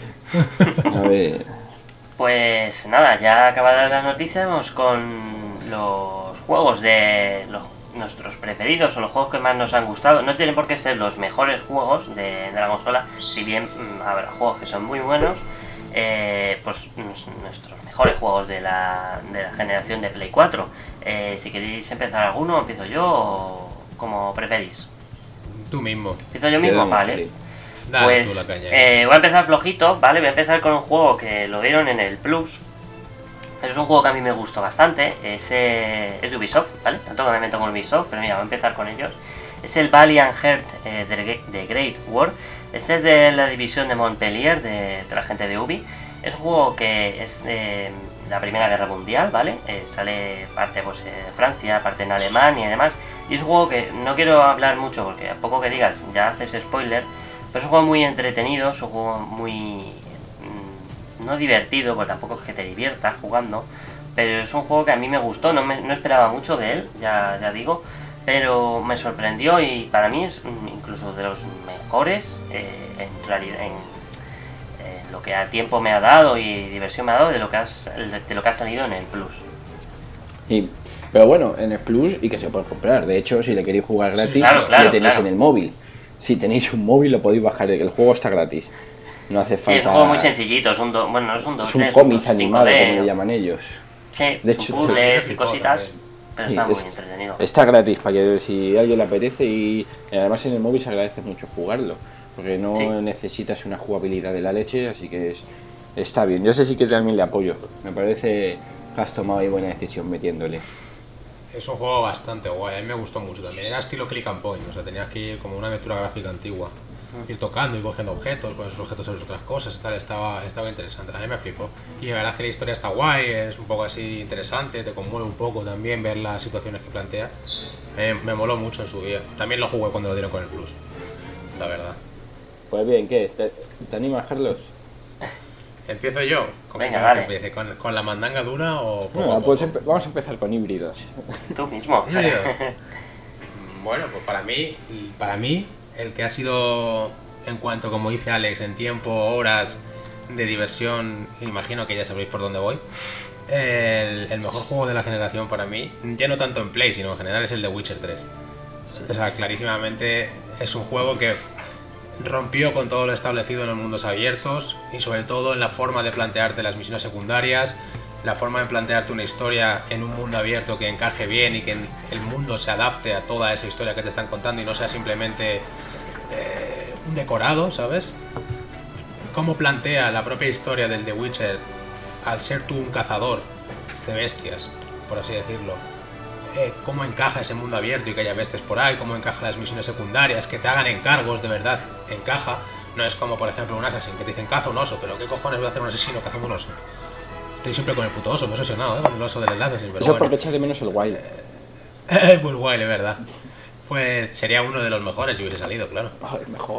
A ver. Pues nada, ya acabadas las noticias, vamos con los juegos de nuestros preferidos o los juegos que más nos han gustado. No tienen por qué ser los mejores juegos de la consola, si bien habrá juegos que son muy buenos, pues nuestros mejores juegos de la generación de Play 4. Si queréis empezar alguno, empiezo yo o como preferís. Tú mismo. Empiezo yo mismo, vale. Dale, pues tú la caña. voy a empezar flojito, ¿vale? Voy a empezar con un juego que lo dieron en el Plus. Pero es un juego que a mí me gustó bastante. Es de Ubisoft, ¿vale? Tanto que me meto con Ubisoft, pero mira, voy a empezar con ellos. Es el Valiant Heart de Great War. Este es de la división de Montpellier, de la gente de Ubi. Es un juego que es de la Primera Guerra Mundial, ¿vale? Sale parte pues, Francia, parte en Alemania y demás. Y es un juego que no quiero hablar mucho porque a poco que digas ya haces spoiler. Pero es un juego muy entretenido, es un juego muy... no divertido, porque tampoco es que te diviertas jugando. Pero es un juego que a mí me gustó, no esperaba mucho de él, ya digo. Pero me sorprendió y para mí es incluso de los mejores en realidad, en lo que a tiempo me ha dado y diversión me ha dado de lo que ha salido en el Plus. Pero bueno, en el Plus y que se puede comprar. De hecho, si le queréis jugar gratis, sí, claro, lo tenéis en el móvil. Si tenéis un móvil lo podéis bajar, el juego está gratis. No hace falta... Sí, es un juego muy sencillito, es un cómic animado, como le llaman ellos. Sí, de hecho, puzzles y cositas, pero está muy entretenido. Está gratis para que si a alguien le apetece y además en el móvil se agradece mucho jugarlo, porque no necesitas una jugabilidad de la leche, así que está bien. Yo sé sí que también le apoyo, me parece que has tomado ahí buena decisión metiéndole. Es un juego bastante guay, a mí me gustó mucho también. Era estilo click and point, o sea, tenías que ir como una aventura gráfica antigua. Ir tocando y cogiendo objetos, con esos objetos sabes otras cosas y tal, estaba interesante, a mí me flipó. Y la verdad es que la historia está guay, es un poco así interesante, te conmueve un poco también ver las situaciones que plantea. Me moló mucho en su día. También lo jugué cuando lo dieron con el Plus, la verdad. Pues bien, ¿qué? ¿Te animas, Carlos? ¿Empiezo yo? Venga, dale. ¿Empiece con la mandanga dura o poco No, a pues poco? vamos a empezar con híbridos. Tú mismo. ¿Híbridos? Bueno, pues para mí, el que ha sido, en cuanto, como dice Alex, en tiempo, horas de diversión, imagino que ya sabréis por dónde voy, el mejor juego de la generación para mí, ya no tanto en Play, sino en general, es el de Witcher 3. Sí. O sea, clarísimamente es un juego que rompió con todo lo establecido en los mundos abiertos y sobre todo en la forma de plantearte las misiones secundarias, la forma de plantearte una historia en un mundo abierto que encaje bien y que el mundo se adapte a toda esa historia que te están contando y no sea simplemente un decorado, ¿sabes? Cómo plantea la propia historia del The Witcher al ser tú un cazador de bestias, por así decirlo. Cómo encaja ese mundo abierto y que haya bestias por ahí, cómo encaja las misiones secundarias, que te hagan encargos, de verdad encaja. No es como, por ejemplo, un Assassin, que te dicen caza un oso, pero ¿qué cojones voy a hacer un asesino cazando un oso? Estoy siempre con el puto oso, me he obsesionado, con el oso del Assassin. Pero eso bueno, porque echas de menos el Wild. Pues Wild, es verdad. Pues sería uno de los mejores si hubiese salido, claro. Ay, mejor.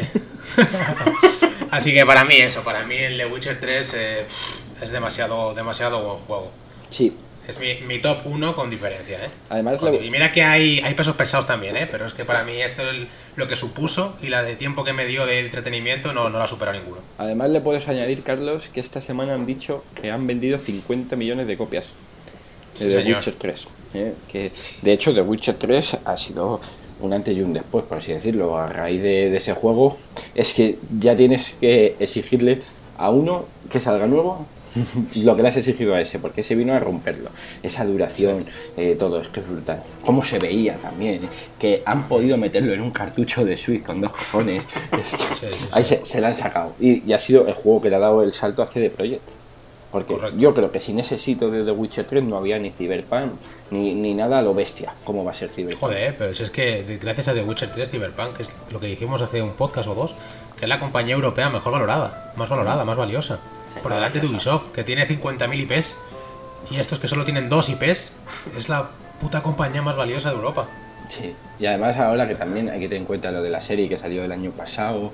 Así que para mí el The Witcher 3 es demasiado buen juego. Sí. Es mi top 1 con diferencia, ¿eh? Además, y mira que hay pesos pesados también, ¿eh? Pero es que para mí esto lo que supuso y la de tiempo que me dio de entretenimiento no la supera ninguno. Además le puedes añadir, Carlos, que esta semana han dicho que han vendido 50 millones de copias de The Witcher 3. Que de hecho The Witcher 3 ha sido un antes y un después, por así decirlo. A raíz de ese juego es que ya tienes que exigirle a uno que salga nuevo lo que le has exigido a ese, porque ese vino a romperlo. Esa duración, todo, es que es brutal. Cómo se veía también, que han podido meterlo en un cartucho de Switch con 2 cojones. Ahí se la han sacado. Y ha sido el juego que le ha dado el salto a CD Projekt. Porque Correcto. yo creo que sin ese sitio de The Witcher 3 no había ni Cyberpunk ni nada a lo bestia. ¿Cómo va a ser Cyberpunk? Joder, pero si es que gracias a The Witcher 3 Cyberpunk, es lo que dijimos hace un podcast o dos, que es la compañía europea mejor valorada, más valiosa, Sí, por delante de maravillosa. Ubisoft, que tiene 50.000 IPs, y estos que solo tienen 2 IPs, es la puta compañía más valiosa de Europa. Sí, y además ahora que también hay que tener en cuenta lo de la serie que salió el año pasado,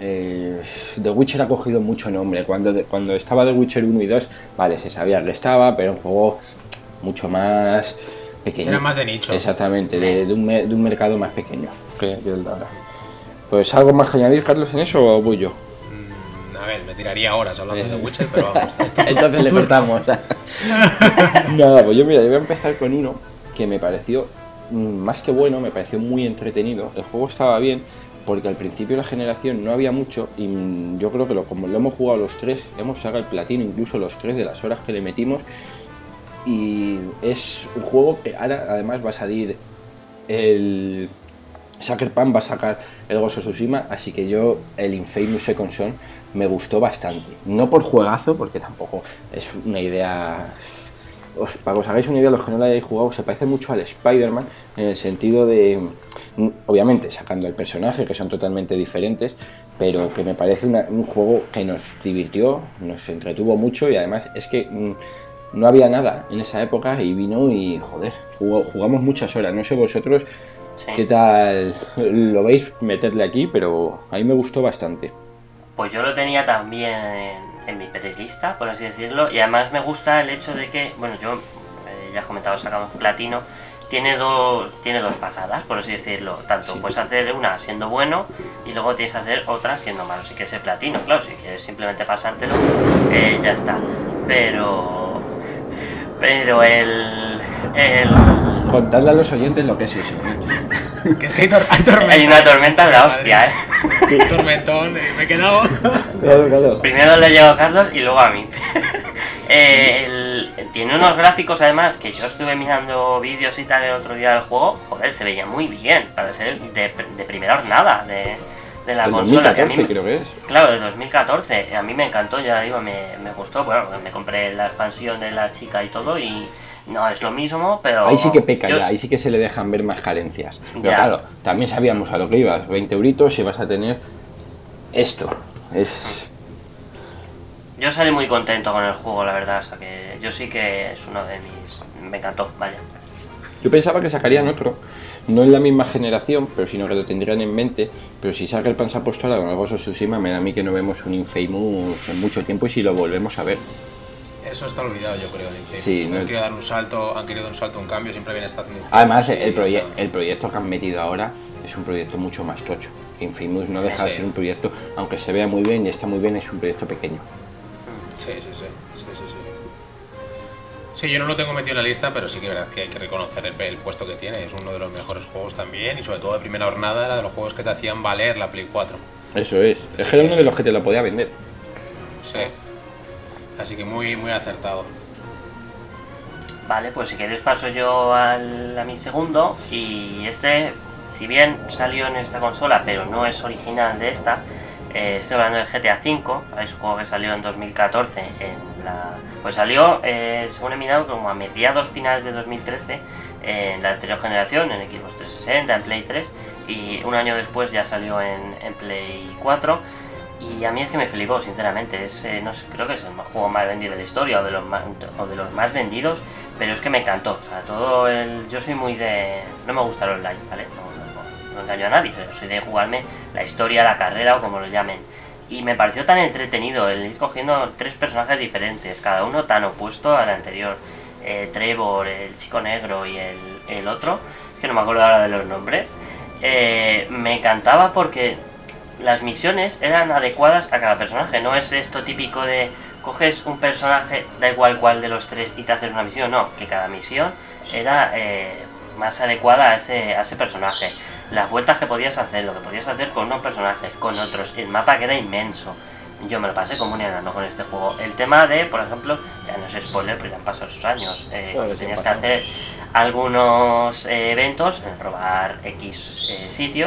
The Witcher ha cogido mucho nombre. Cuando estaba The Witcher 1 y 2, vale, se sabía que estaba, pero un juego mucho más pequeño. Era más de nicho. Exactamente, Sí. de un mercado más pequeño que el de ahora. Pues algo más que añadir, Carlos, en eso o voy yo. A ver, me tiraría horas hablando de The Witcher, pero vamos, esto Entonces le cortamos. Nada, pues yo voy a empezar con uno que me pareció más que bueno, me pareció muy entretenido. El juego estaba bien porque al principio de la generación no había mucho y yo creo que como lo hemos jugado los tres, hemos sacado el platino incluso los tres de las horas que le metimos, y es un juego que ahora además va a salir el Sucker Punch, va a sacar el Ghost of Tsushima, así que yo el Infamous Second Son me gustó bastante, no por juegazo porque tampoco es una idea. Para que os hagáis una idea, los que no lo hayáis jugado, se parece mucho al Spider-Man en el sentido de, obviamente sacando el personaje, que son totalmente diferentes, pero que me parece un juego que nos divirtió, nos entretuvo mucho, y además es que no había nada en esa época y vino y joder, jugamos muchas horas. No sé vosotros Sí. qué tal lo veis meterle aquí, pero a mí me gustó bastante. Pues yo lo tenía también en mi playlista, por así decirlo, y además me gusta el hecho de que, bueno, yo ya he comentado, sacamos platino, tiene dos pasadas, por así decirlo, tanto Sí. puedes hacer una siendo bueno y luego tienes que hacer otra siendo malo, si quieres el platino, claro, si quieres simplemente pasártelo, ya está, pero el Contadle a los oyentes lo que es eso. Que es que hay tormenta. hay una tormenta en la hostia, Un tormentón, me he quedado. Claro. Primero le llegó a Carlos y luego a mí. Tiene unos gráficos además que yo estuve mirando vídeos y tal el otro día del juego. Joder, se veía muy bien para ser de primera hornada de la Del consola. 2014 creo que es. Claro, de 2014. A mí me encantó, ya digo, me gustó. Bueno, me compré la expansión de la chica y todo y no es lo mismo, pero... Ahí sí que peca yo- ya, ahí sí que se le dejan ver más carencias. Pero Ya. claro, también sabíamos a lo que ibas, 20 euritos y vas a tener esto. Es... Yo salí muy contento con el juego, la verdad. O sea que yo sí que es uno de mis... Me encantó, vaya. Yo pensaba que sacarían otro, no en la misma generación, pero sino que lo tendrían en mente. Pero si saca el Pan Apostol con el Ghost of Tsushima, me da a mí que no vemos un Infamous en mucho tiempo, y si lo volvemos a ver. Eso está olvidado, yo creo. De Infamous. Sí, han no- querido dar un salto, un cambio, siempre viene estado haciendo Infamous. Además, Y- el proyecto que han metido ahora es un proyecto mucho más tocho. Infamous no deja de sí. ser un proyecto, aunque se vea muy bien y está muy bien, es un proyecto pequeño. Sí. Sí, yo no lo tengo metido en la lista, pero sí que es verdad que hay que reconocer el puesto que tiene. Es uno de los mejores juegos también, y sobre todo de primera jornada era de los juegos que te hacían valer la Play 4. Eso es que era uno de los que te lo podía vender. Sí. Así que muy, muy acertado. Vale, pues si queréis paso yo a mi segundo. Y este, si bien salió en esta consola, pero no es original de esta, estoy hablando de GTA V. Es un juego que salió en 2014. Pues salió, según he mirado, como a mediados finales de 2013 en la anterior generación, en Xbox 360, en Play 3, y un año después ya salió en Play 4. Y a mí es que me flipó, sinceramente. No sé, creo que es el juego más vendido de la historia o de los más vendidos, pero es que me encantó. O sea, yo soy muy de... No me gusta el online, ¿vale? No engaño a nadie, pero soy de jugarme la historia, la carrera o como lo llamen. Y me pareció tan entretenido el ir cogiendo tres personajes diferentes, cada uno tan opuesto al anterior. Trevor, el chico negro y el otro, que no me acuerdo ahora de los nombres. Me encantaba porque las misiones eran adecuadas a cada personaje. No es esto típico de coges un personaje, da igual cuál de los tres, y te haces una misión. No, que cada misión era más adecuada a ese personaje. Las vueltas que podías hacer, lo que podías hacer con unos personajes, con otros, el mapa que era inmenso. Yo me lo pasé como un enano con este juego. El tema de, por ejemplo, ya no es spoiler, pero ya han pasado sus años. Claro, sí, tenías que pasado. hacer algunos eventos, probar X sitios,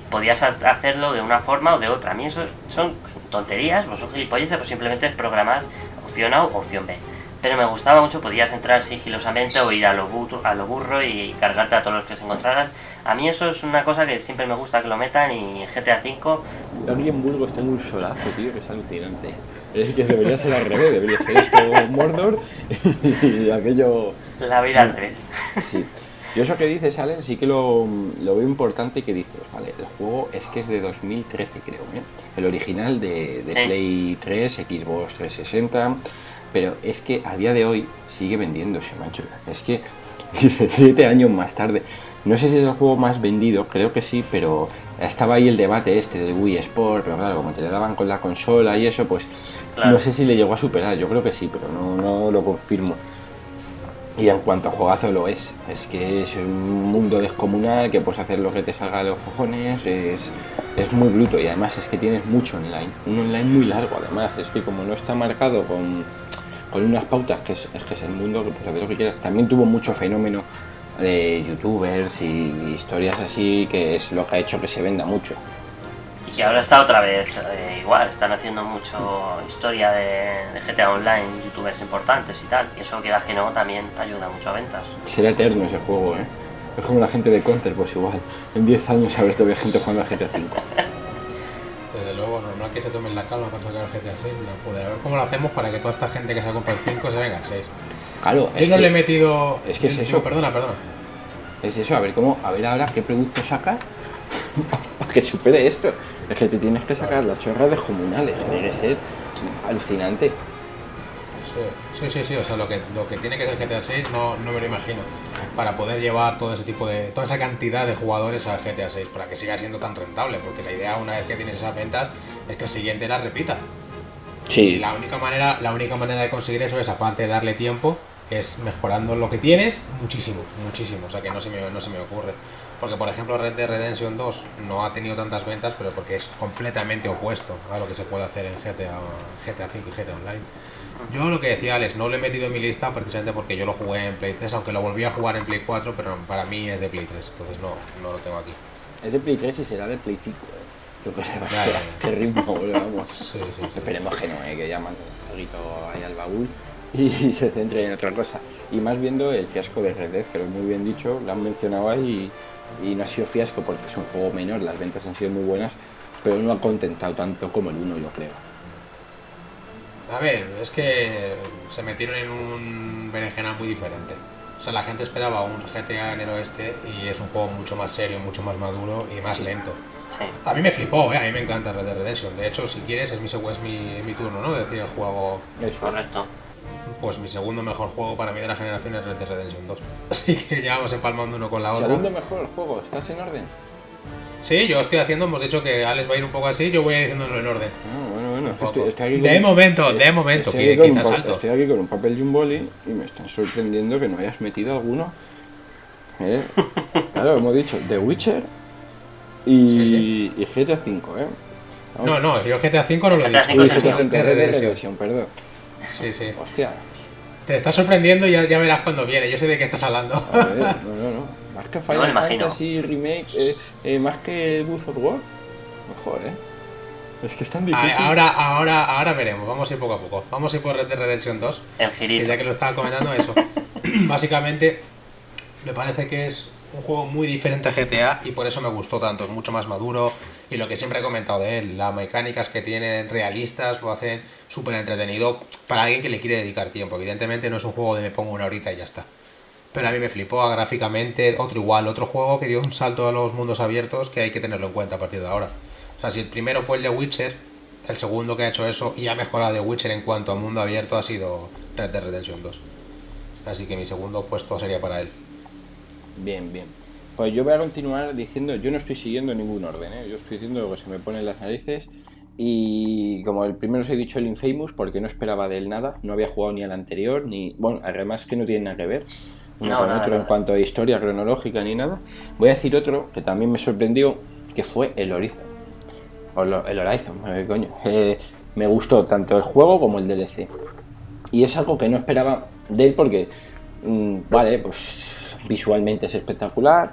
podías hacerlo de una forma o de otra. A mí eso son tonterías, pues son gilipolleces, pues simplemente es programar opción A o opción B. Pero me gustaba mucho, podías entrar sigilosamente o ir a lo burro y cargarte a todos los que se encontraran. A mí eso es una cosa que siempre me gusta que lo metan, y GTA V... Aquí en Burgos tengo un solazo, tío, que es alucinante. Es que debería ser al revés, debería ser esto Mordor y aquello... La vida al revés. Sí. Yo eso que dices, Allen, sí que lo veo importante, que dices, vale, el juego es que es de 2013, creo, ¿eh? El original de sí. Play 3, Xbox 360... Pero es que a día de hoy sigue vendiéndose, macho. Es que 7 años más tarde. No sé si es el juego más vendido, creo que sí, pero estaba ahí el debate del Wii Sport, pero claro, como te le daban con la consola y eso, pues claro. No sé si le llegó a superar, yo creo que sí, pero no lo confirmo. Y en cuanto a juegazo lo es que es un mundo descomunal, que puedes hacer lo que te salga de los cojones, es muy bruto, y además es que tienes mucho online, un online muy largo, además, es que como no está marcado con unas pautas, que es el mundo, que puedes hacer lo que quieras. También tuvo mucho fenómeno de youtubers y historias así, que es lo que ha hecho que se venda mucho. Y que ahora está otra vez igual, están haciendo mucho historia de GTA Online, youtubers importantes y tal, y eso, quieras que no, también ayuda mucho a ventas. Será eterno ese juego, ¿eh? Es como la gente de Counter, pues igual, en 10 años habrá todavía gente jugando al GTA V. Desde luego, normal que se tomen la calma para sacar el GTA 6, dirán, joder, a ver cómo lo hacemos para que toda esta gente que se ha comprado el 5 se venga al 6. Claro, yo no le he metido... Es que es eso. Perdona. Es eso, a ver ahora qué producto sacas para que supere esto. Es que te tienes que sacar las chorras descomunales, tiene que ser alucinante. Sí, o sea, lo que tiene que ser GTA 6 no me lo imagino, para poder llevar toda esa cantidad de jugadores a GTA 6, para que siga siendo tan rentable, porque la idea, una vez que tienes esas ventas, es que el siguiente las repita. Sí. Y la única manera de conseguir eso es, aparte de darle tiempo, es mejorando lo que tienes muchísimo, o sea, que no se me ocurre. Porque, por ejemplo, Red Dead Redemption 2 no ha tenido tantas ventas, pero porque es completamente opuesto a lo que se puede hacer en GTA 5 y GTA Online. Yo, lo que decía Alex, no lo he metido en mi lista precisamente porque yo lo jugué en Play 3, aunque lo volví a jugar en Play 4, pero para mí es de Play 3, entonces no lo tengo aquí. Es de Play 3 y será de Play 5, Lo que se va a hacer este ritmo, vamos. Sí. Esperemos que no, que ya manden el jueguito ahí al baúl y se centre en otra cosa. Y más viendo el fiasco de Red Dead, que lo muy bien dicho, lo han mencionado ahí, y no ha sido fiasco porque es un juego menor, las ventas han sido muy buenas, pero no ha contentado tanto como el 1, yo creo. A ver, es que se metieron en un berenjenal muy diferente. O sea, la gente esperaba un GTA en el oeste y es un juego mucho más serio, mucho más maduro y más lento. Sí. A mí me flipó, a mí me encanta Red Dead Redemption. De hecho, si quieres, es mi turno, ¿no? De decir el juego... Eso. Correcto. Pues mi segundo mejor juego para mí de la generación es Red Dead Redemption 2. Así que ya vamos empalmando uno con la otra. ¿Segundo mejor juego? ¿Estás en orden? Sí, yo estoy haciendo, hemos dicho que Alex va a ir un poco así, yo voy a ir haciéndolo en orden. Bueno, estoy aquí de momento, que quizás alto. Estoy aquí con un papel y un boli y me están sorprendiendo que no hayas metido alguno. Claro, hemos dicho The Witcher y GTA V, No, yo GTA V no lo he dicho. GTA V Red Dead Redemption, perdón. Sí. Hostia. Te está sorprendiendo y ya verás cuando viene, yo sé de qué estás hablando. No. Más que Final Fantasy Remake, más que Breath of War. Mejor, Es que es tan difícil. Ahora veremos, vamos a ir poco a poco. Vamos a ir por Red Dead Redemption 2. El girito. Que ya que lo estaba comentando eso. Básicamente, me parece que es un juego muy diferente a GTA y por eso me gustó tanto. Es mucho más maduro y lo que siempre he comentado de él, las mecánicas que tienen realistas lo hacen súper entretenido para alguien que le quiere dedicar tiempo. Evidentemente no es un juego de me pongo una horita y ya está. Pero a mí me flipó gráficamente, otro juego que dio un salto a los mundos abiertos que hay que tenerlo en cuenta a partir de ahora. O sea, si el primero fue el de Witcher, el segundo que ha hecho eso y ha mejorado de Witcher en cuanto a mundo abierto ha sido Red Dead Redemption 2. Así que mi segundo puesto sería para él. Bien. Pues yo voy a continuar diciendo, yo no estoy siguiendo ningún orden, yo estoy diciendo lo que se me pone en las narices. Y como el primero os he dicho, el Infamous, porque no esperaba de él nada, no había jugado ni al anterior, ni... Bueno, además que no tiene nada que ver uno con otro en cuanto a historia cronológica ni nada. Voy a decir otro que también me sorprendió, que fue el Horizon. Coño. Me gustó tanto el juego como el DLC. Y es algo que no esperaba de él porque, vale, pues visualmente es espectacular,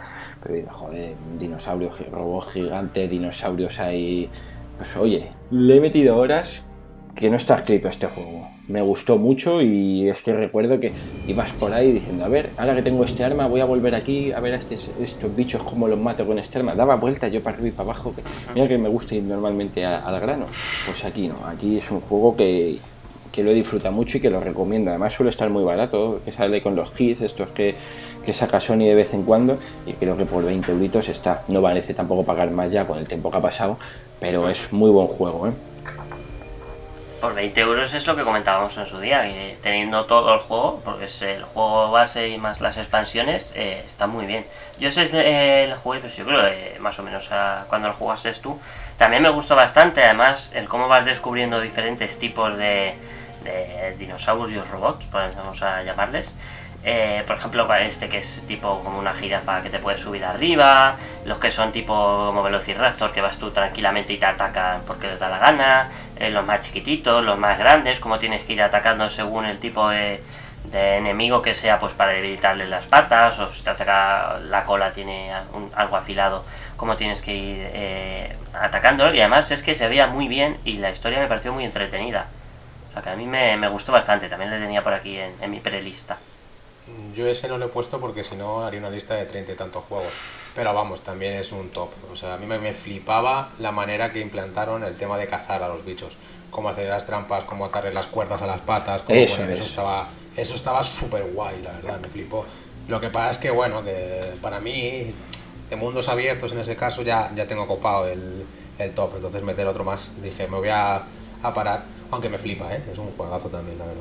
Pero, joder, un dinosaurio, robot gigante, dinosaurios ahí... Pues oye, le he metido horas que no está escrito este juego. Me gustó mucho y es que recuerdo que ibas por ahí diciendo, a ver, ahora que tengo este arma voy a volver aquí a ver a estos bichos cómo los mato con este arma. Daba vueltas yo para arriba y para abajo. Mira que me gusta ir normalmente al grano. Pues aquí no, aquí es un juego que lo disfruta mucho y que lo recomiendo. Además suele estar muy barato, que sale con los hits, estos que saca Sony de vez en cuando, y creo que por 20 euritos está. No merece tampoco pagar más ya con el tiempo que ha pasado, pero es muy buen juego, ¿eh? Por 20 euros es lo que comentábamos en su día, que teniendo todo el juego, porque es el juego base y más las expansiones, está muy bien. Yo sé el jugué, pues yo creo que más o menos cuando lo jugaste tú, también me gustó bastante, además el cómo vas descubriendo diferentes tipos de dinosaurios robots, vamos a llamarles. Por ejemplo, este que es tipo como una jirafa que te puede subir arriba, los que son tipo como Velociraptor, que vas tú tranquilamente y te atacan porque les da la gana, los más chiquititos, los más grandes, como tienes que ir atacando según el tipo de enemigo que sea, pues para debilitarle las patas, o si te ataca la cola tiene algo afilado, como tienes que ir atacándolo. Y además es que se veía muy bien y la historia me pareció muy entretenida, o sea que a mí me gustó bastante. También le tenía por aquí en mi prelista. Yo ese no lo he puesto porque si no haría una lista de 30 y tantos juegos. Pero vamos, también es un top. O sea, a mí me flipaba la manera que implantaron el tema de cazar a los bichos. Cómo hacer las trampas, cómo atarle las cuerdas a las patas. Eso estaba súper guay, la verdad, me flipó. Lo que pasa es que, bueno, que para mí, de mundos abiertos en ese caso, ya tengo copado el top. Entonces meter otro más, dije, me voy a parar. Aunque me flipa, es un juegazo también, la verdad.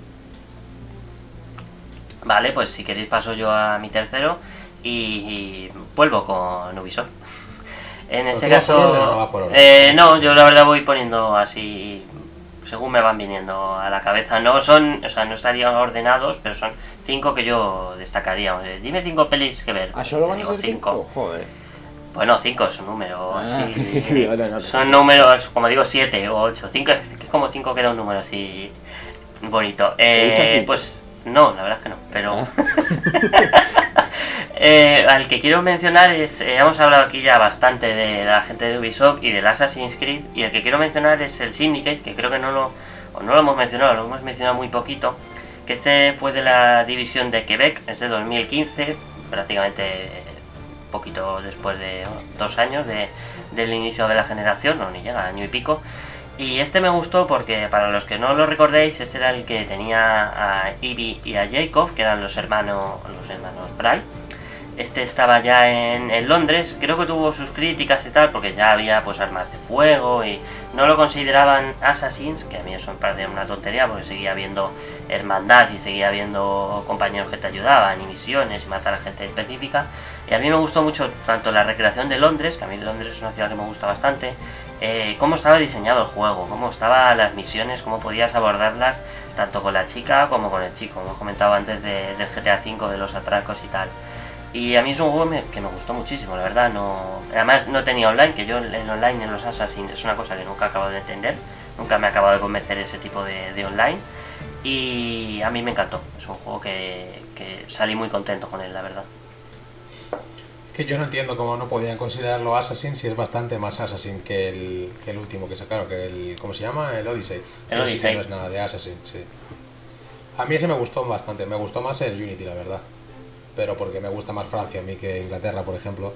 Vale, pues si queréis paso yo a mi tercero y vuelvo con Ubisoft. En este caso, no, yo la verdad voy poniendo así según me van viniendo a la cabeza. No son, o sea, no estarían ordenados, pero son 5 que yo destacaría. Dime 5 pelis que ver. ¿Solo van a ser 5? Joder. Bueno, 5 es un número así. Son números, como digo, 7 o 8. 5 es como 5 queda un número así bonito. Pues no, la verdad es que no, pero al que quiero mencionar es, hemos hablado aquí ya bastante de la gente de Ubisoft y del Assassin's Creed, y el que quiero mencionar es el Syndicate, que creo que no lo hemos mencionado, lo hemos mencionado muy poquito, que este fue de la división de Quebec, es de 2015, prácticamente poquito después de 2 años del inicio de la generación, no, ni llega, año y pico. Y este me gustó porque, para los que no lo recordéis, este era el que tenía a Evie y a Jacob, que eran los hermanos Fry. Este estaba ya en Londres, creo que tuvo sus críticas y tal, porque ya había pues armas de fuego y no lo consideraban Assassins, que a mí eso me parecía una tontería, porque seguía habiendo hermandad y seguía habiendo compañeros que te ayudaban y misiones y matar a gente específica. Y a mí me gustó mucho tanto la recreación de Londres, que a mí Londres es una ciudad que me gusta bastante, cómo estaba diseñado el juego, cómo estaban las misiones, cómo podías abordarlas tanto con la chica como con el chico, como he comentado antes del GTA V, de los atracos y tal. Y a mí es un juego que me gustó muchísimo, la verdad. Además no tenía online, que yo el online en los Assassin's es una cosa que nunca he acabado de entender, nunca me ha acabado de convencer ese tipo de online, y a mí me encantó. Es un juego que salí muy contento con él, la verdad. Que yo no entiendo cómo no podían considerarlo Assassin si es bastante más Assassin que el último que sacaron, que el, ¿cómo se llama? El Odyssey. El Odyssey. Sí, que no es nada de Assassin, sí. A mí ese me gustó bastante, me gustó más el Unity, la verdad. Pero porque me gusta más Francia a mí que Inglaterra, por ejemplo.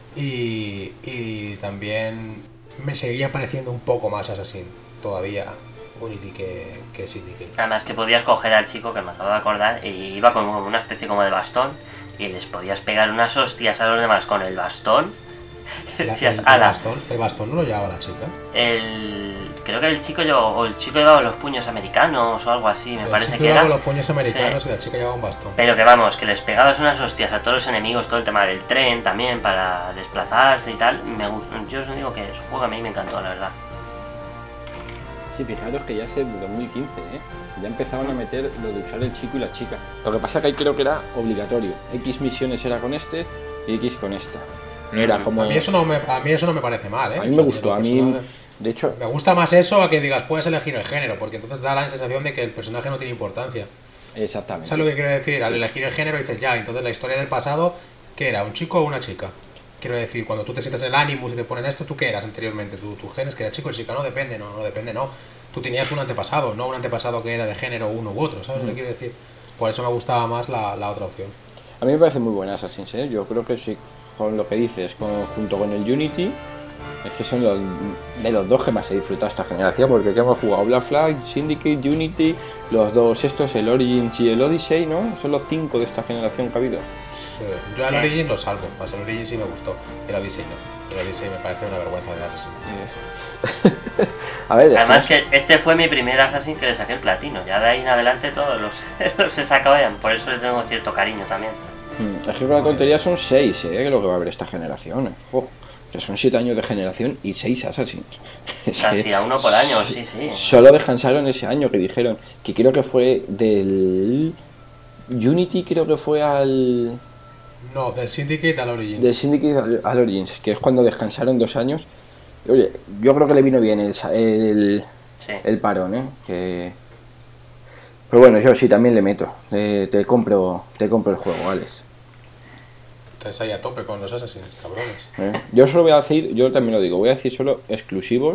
Y también me seguía pareciendo un poco más Assassin todavía Unity que Syndicate. Además que podías coger al chico, que me acabo de acordar, y iba con una especie como de bastón, y les podías pegar unas hostias a los demás con el bastón. Decías, el bastón no lo llevaba la chica. Creo que el chico llevaba los puños americanos o algo así, me parece que era. El chico llevaba los puños americanos, sí. Y la chica llevaba un bastón. Pero que vamos, que les pegabas unas hostias a todos los enemigos, todo el tema del tren también para desplazarse y tal. Yo os digo que su juego a mí me encantó, la verdad. Sí, fijaros que ya es de 2015, ya empezaban a meter lo de usar el chico y la chica. Lo que pasa es que ahí creo que era obligatorio. X misiones era con este y X con esta. No era como... A mí eso no me parece mal, A mí me gustó, a mí... De hecho... Me gusta más eso a que digas, puedes elegir el género, porque entonces da la sensación de que el personaje no tiene importancia. Exactamente. ¿Sabes lo que quiero decir? Al elegir el género dices, ya, entonces la historia del pasado ¿Qué era? ¿Un chico o una chica? Quiero decir, cuando tú te sientas en el Animus y te ponen esto, ¿tú qué eras anteriormente? ¿Tu genes que era chico o chica? No depende, no depende, no. Tú tenías un antepasado, no un antepasado que era de género uno u otro, ¿sabes lo que quiero decir? Por eso me gustaba más la otra opción. A mí me parece muy buena Assassin's, ¿eh? Yo creo que sí, con lo que dices, junto con el Unity, es que son de los dos que más he disfrutado esta generación, porque que hemos jugado Black Flag, Syndicate, Unity, los dos estos, el Origins y el Odyssey, ¿no? Son los 5 de esta generación que ha habido. Sí. Yo al Origins lo salvo, más el Origins sí me gustó, el Odyssey no. El Odyssey me parece una vergüenza de Assassin. A ver, además que este fue mi primer Assassin que le saqué el platino, ya de ahí en adelante todos los he sacado, por eso le tengo cierto cariño también. Es que con la tontería son 6, que lo que va a haber esta generación. Que son 7 años de generación y 6 Assassins. Casi a uno por año, sí. Solo descansaron ese año que dijeron, que creo que fue del Unity, creo que fue al... No, del Syndicate al Origins. Del Syndicate al Origins, que es cuando descansaron 2 años. Oye, yo creo que le vino bien el parón, que... Pero bueno, yo sí también le meto. Te compro el juego, Alex. Estás ahí a tope con los Assassins, cabrones. Yo solo voy a decir, yo también lo digo, voy a decir solo exclusivos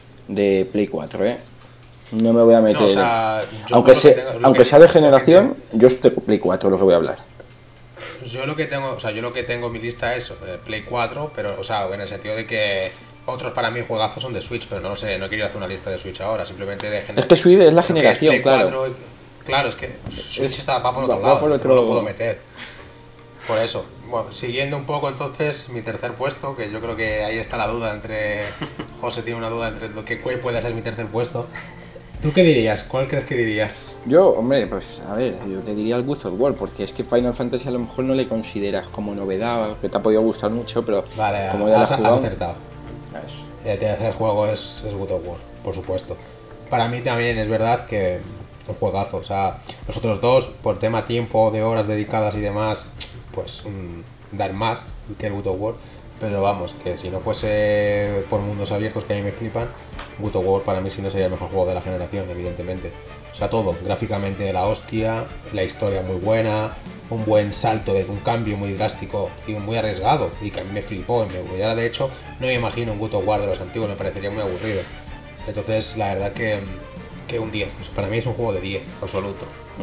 de Play 4, No me voy a meter... No, o sea, aunque sea de generación, yo estoy con Play 4 lo que voy a hablar. Yo lo que tengo en mi lista es Play 4, pero, o sea, en el sentido de que otros para mí juegazos son de Switch, pero no sé, no quiero hacer una lista de Switch ahora, simplemente de generación. Es que Switch es la generación, es claro. 4, claro, es que Switch va por otro va lado, por otro... no lo puedo meter. Por eso, bueno, siguiendo un poco entonces mi tercer puesto, que yo creo que ahí está la duda entre... José tiene una duda entre lo que puede ser mi tercer puesto. ¿Tú qué dirías? ¿Cuál crees que dirías? Yo, hombre, pues a ver, yo te diría el God of War, porque es que Final Fantasy a lo mejor no le consideras como novedad, que te ha podido gustar mucho, pero vale, como ya has acertado. Eso. El tercer juego es God of War, por supuesto. Para mí también es verdad que un juegazo, o sea, los otros dos, por tema tiempo, de horas dedicadas y demás, pues dar más que el God of War, pero vamos, que si no fuese por mundos abiertos que a mí me flipan, God of War para mí sí no sería el mejor juego de la generación, evidentemente. O sea, todo, gráficamente la hostia, la historia muy buena, un buen salto, un cambio muy drástico y muy arriesgado, y que a mí me flipó. Y ahora de hecho no me imagino un God of War de los antiguos, me parecería muy aburrido. Entonces la verdad que un 10, para mí es un juego de 10, absoluto.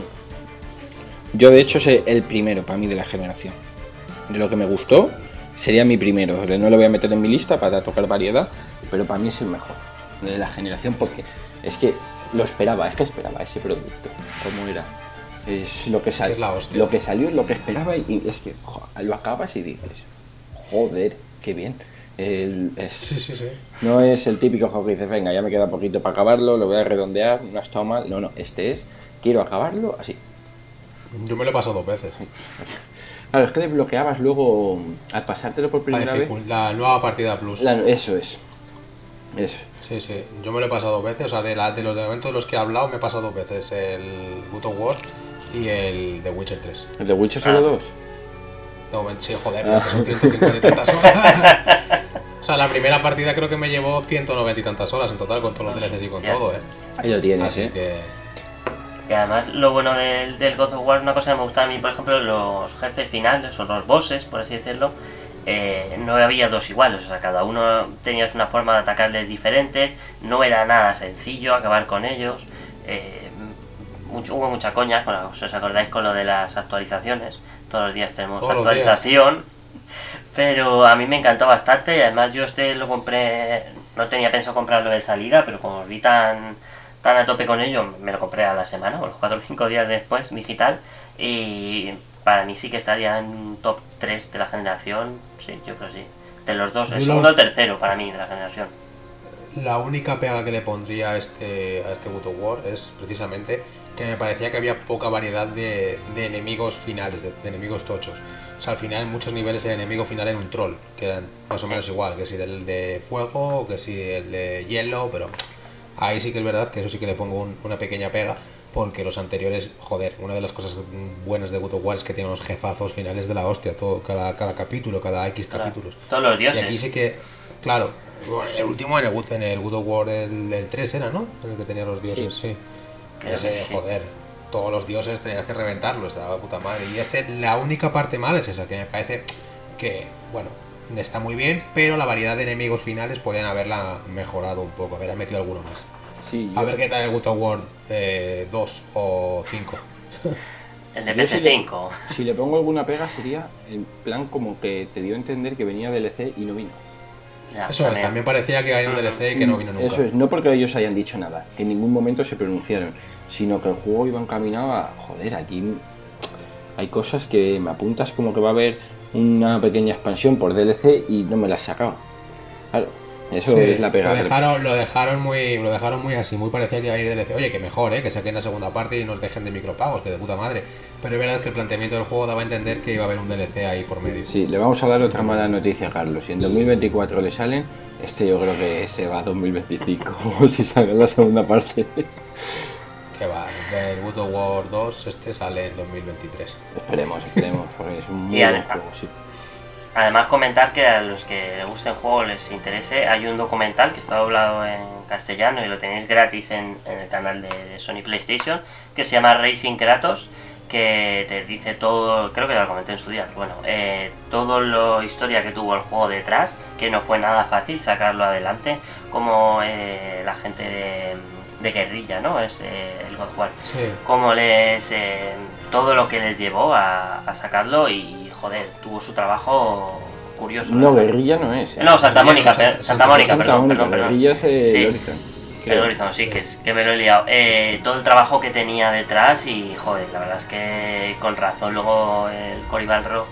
Yo de hecho sé el primero para mí de la generación. De lo que me gustó, sería mi primero. No lo voy a meter en mi lista para tocar variedad, pero para mí es el mejor de la generación, porque es que esperaba ese producto, como era. Es lo que salió, lo que salió es lo que esperaba, y es que lo acabas y dices, joder, qué bien. Sí. No es el típico juego que dices, venga, ya me queda poquito para acabarlo, lo voy a redondear, no ha estado mal. No, quiero acabarlo así. Yo me lo he pasado 2 veces. Claro, es que desbloqueabas luego, al pasártelo por primera vez, la nueva partida plus. Eso es. Sí, yo me lo he pasado 2 veces, o sea, de los momentos de los que he hablado me he pasado 2 veces el God of War y el The Witcher 3. ¿El The Witcher solo 2? No, sí, joder, pero son 150 y tantas horas. O sea, la primera partida creo que me llevó 190 y tantas horas en total, con todos los DLCs y con todo, Ahí lo tienes, así que... Y además lo bueno del God of War, una cosa que me gusta a mí, por ejemplo, los jefes finales o los bosses, por así decirlo, no había dos iguales, o sea, cada uno tenías una forma de atacarles diferentes, no era nada sencillo acabar con ellos, hubo mucha coña, bueno, si os acordáis con lo de las actualizaciones, todos los días tenemos actualización, pero a mí me encantó bastante, y además yo lo compré, no tenía pensado comprarlo de salida, pero como os vi tan a tope con ello, me lo compré a la semana, o los 4 o 5 días después, digital, y para mí sí que estaría en un top 3 de la generación, sí, yo creo que sí. De los dos, el segundo o el tercero para mí de la generación. La única pega que le pondría a este God of War es precisamente que me parecía que había poca variedad de enemigos finales, de enemigos tochos. O sea, al final en muchos niveles el enemigo final era un troll, que eran más o menos igual, que si el de fuego o que si el de hielo, pero ahí sí que es verdad que eso sí que le pongo una pequeña pega, porque los anteriores, joder, una de las cosas buenas de God of War es que tiene unos jefazos finales de la hostia, cada capítulo, cada X capítulos. Todos los dioses. Y aquí sí que, claro, el último en el God of War, el 3 era, ¿no? En el que tenía los dioses, sí. Ese, sí. Joder, todos los dioses tenías que reventarlos, estaba puta madre. Y la única parte mala es esa, que me parece que, bueno, está muy bien, pero la variedad de enemigos finales podían haberla mejorado un poco, haber metido alguno más. Sí, A ver qué tal el God of War 2 o 5. El de PS5. Si le pongo alguna pega sería en plan como que te dio a entender que venía DLC y no vino. Ya, Eso es, también parecía que había un DLC y que no vino nunca. Eso es, no porque ellos hayan dicho nada, que en ningún momento se pronunciaron, sino que el juego iba encaminado a, joder, aquí hay cosas que me apuntas como que va a haber una pequeña expansión por DLC y no me la has sacado. Claro, eso Sí, es la pega. lo dejaron muy así, muy parecía que iba a ir DLC. Oye, que mejor, que saquen la segunda parte y nos dejen de micropagos, que de puta madre. Pero es verdad que el planteamiento del juego daba a entender que iba a haber un DLC ahí por medio. Sí, le vamos a dar otra mala noticia a Carlos. Si en 2024 le salen, yo creo que se va a 2025 si sale la segunda parte. Que va, el God of War 2 sale en 2023. Esperemos, porque es un muy Y buen juego, sí. Además, comentar que a los que les guste el juego, les interese, hay un documental que está doblado en castellano y lo tenéis gratis en el canal de Sony PlayStation, que se llama Racing Kratos, que te dice todo, creo que lo comenté en su día, pero bueno, todo la historia que tuvo el juego detrás, que no fue nada fácil sacarlo adelante, como la gente de Guerrilla, ¿no? Es el God of War. Sí. Como todo lo que les llevó a sacarlo y, joder, tuvo su trabajo curioso. No, Guerrilla no es. No, Santa Mónica, Santa Mónica, perdón. Guerrilla es Sí. Horizon. El Horizon, sí, que me lo he liado. Todo el trabajo que tenía detrás y, joder, la verdad es que con razón luego el Cory Balrog,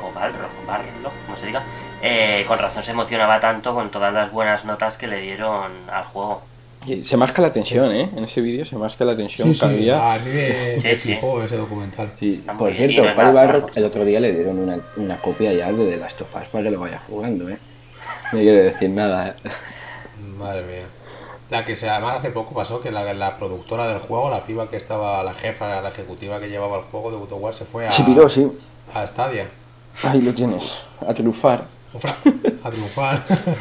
como se diga, con razón se emocionaba tanto con todas las buenas notas que le dieron al juego. Se masca la tensión, En ese vídeo se masca la tensión Sí, cada día. a mí me Sí. flipó ese documental. Sí. Está Por muy bien, y cierto, no es Cory nada Balrog raro. el otro día le dieron una copia ya de The Last of Us para que lo vaya jugando, No quiero decir nada, Madre mía. Además hace poco pasó que la productora del juego, la piba que estaba, la jefa, la ejecutiva que llevaba el juego de God of War, se fue Se piró, sí. a Stadia. Ahí lo tienes, a triunfar. A triunfar.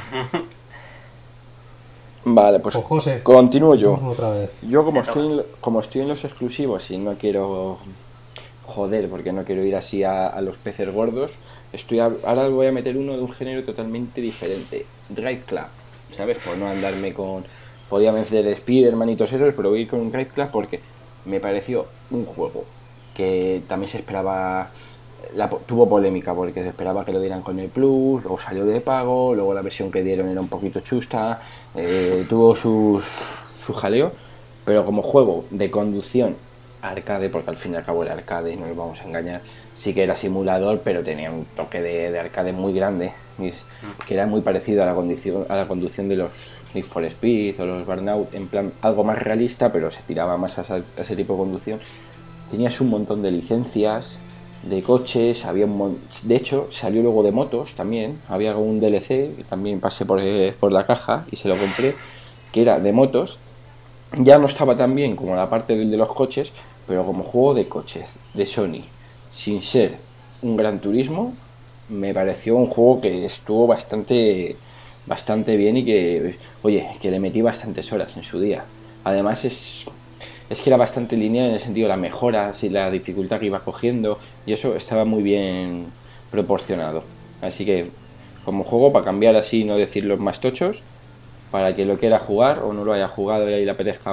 Vale, pues Pues José, continúo yo. vamos otra vez. Yo como estoy en los exclusivos y no quiero joder, porque no quiero ir así a los peces gordos, ahora voy a meter uno de un género totalmente diferente, Drive Club, ¿sabes? Por no andarme con... Podía vencer Spider-Man y todos esos, pero voy a ir con un Drive Club porque me pareció un juego que también se esperaba... tuvo polémica porque se esperaba que lo dieran con el Plus, luego salió de pago, luego la versión que dieron era un poquito chusta, tuvo su jaleo, pero como juego de conducción arcade, porque al fin y al cabo era arcade, no nos vamos a engañar, sí que era simulador, pero tenía un toque de arcade muy grande, que era muy parecido a la conducción de los Need for Speed o los Burnout, en plan algo más realista, pero se tiraba más a ese tipo de conducción. Tenías un montón de licencias de coches, de hecho salió luego de motos también, había un DLC que también pasé por la caja y se lo compré, que era de motos. Ya no estaba tan bien como la parte de los coches, pero como juego de coches de Sony, sin ser un Gran Turismo, me pareció un juego que estuvo bastante bien y que, oye, que le metí bastantes horas en su día. Además es que era bastante lineal en el sentido de las mejoras y la dificultad que iba cogiendo, y eso estaba muy bien proporcionado. Así que, como juego, para cambiar así, no decir los más tochos, para que lo quiera jugar o no lo haya jugado y le apetezca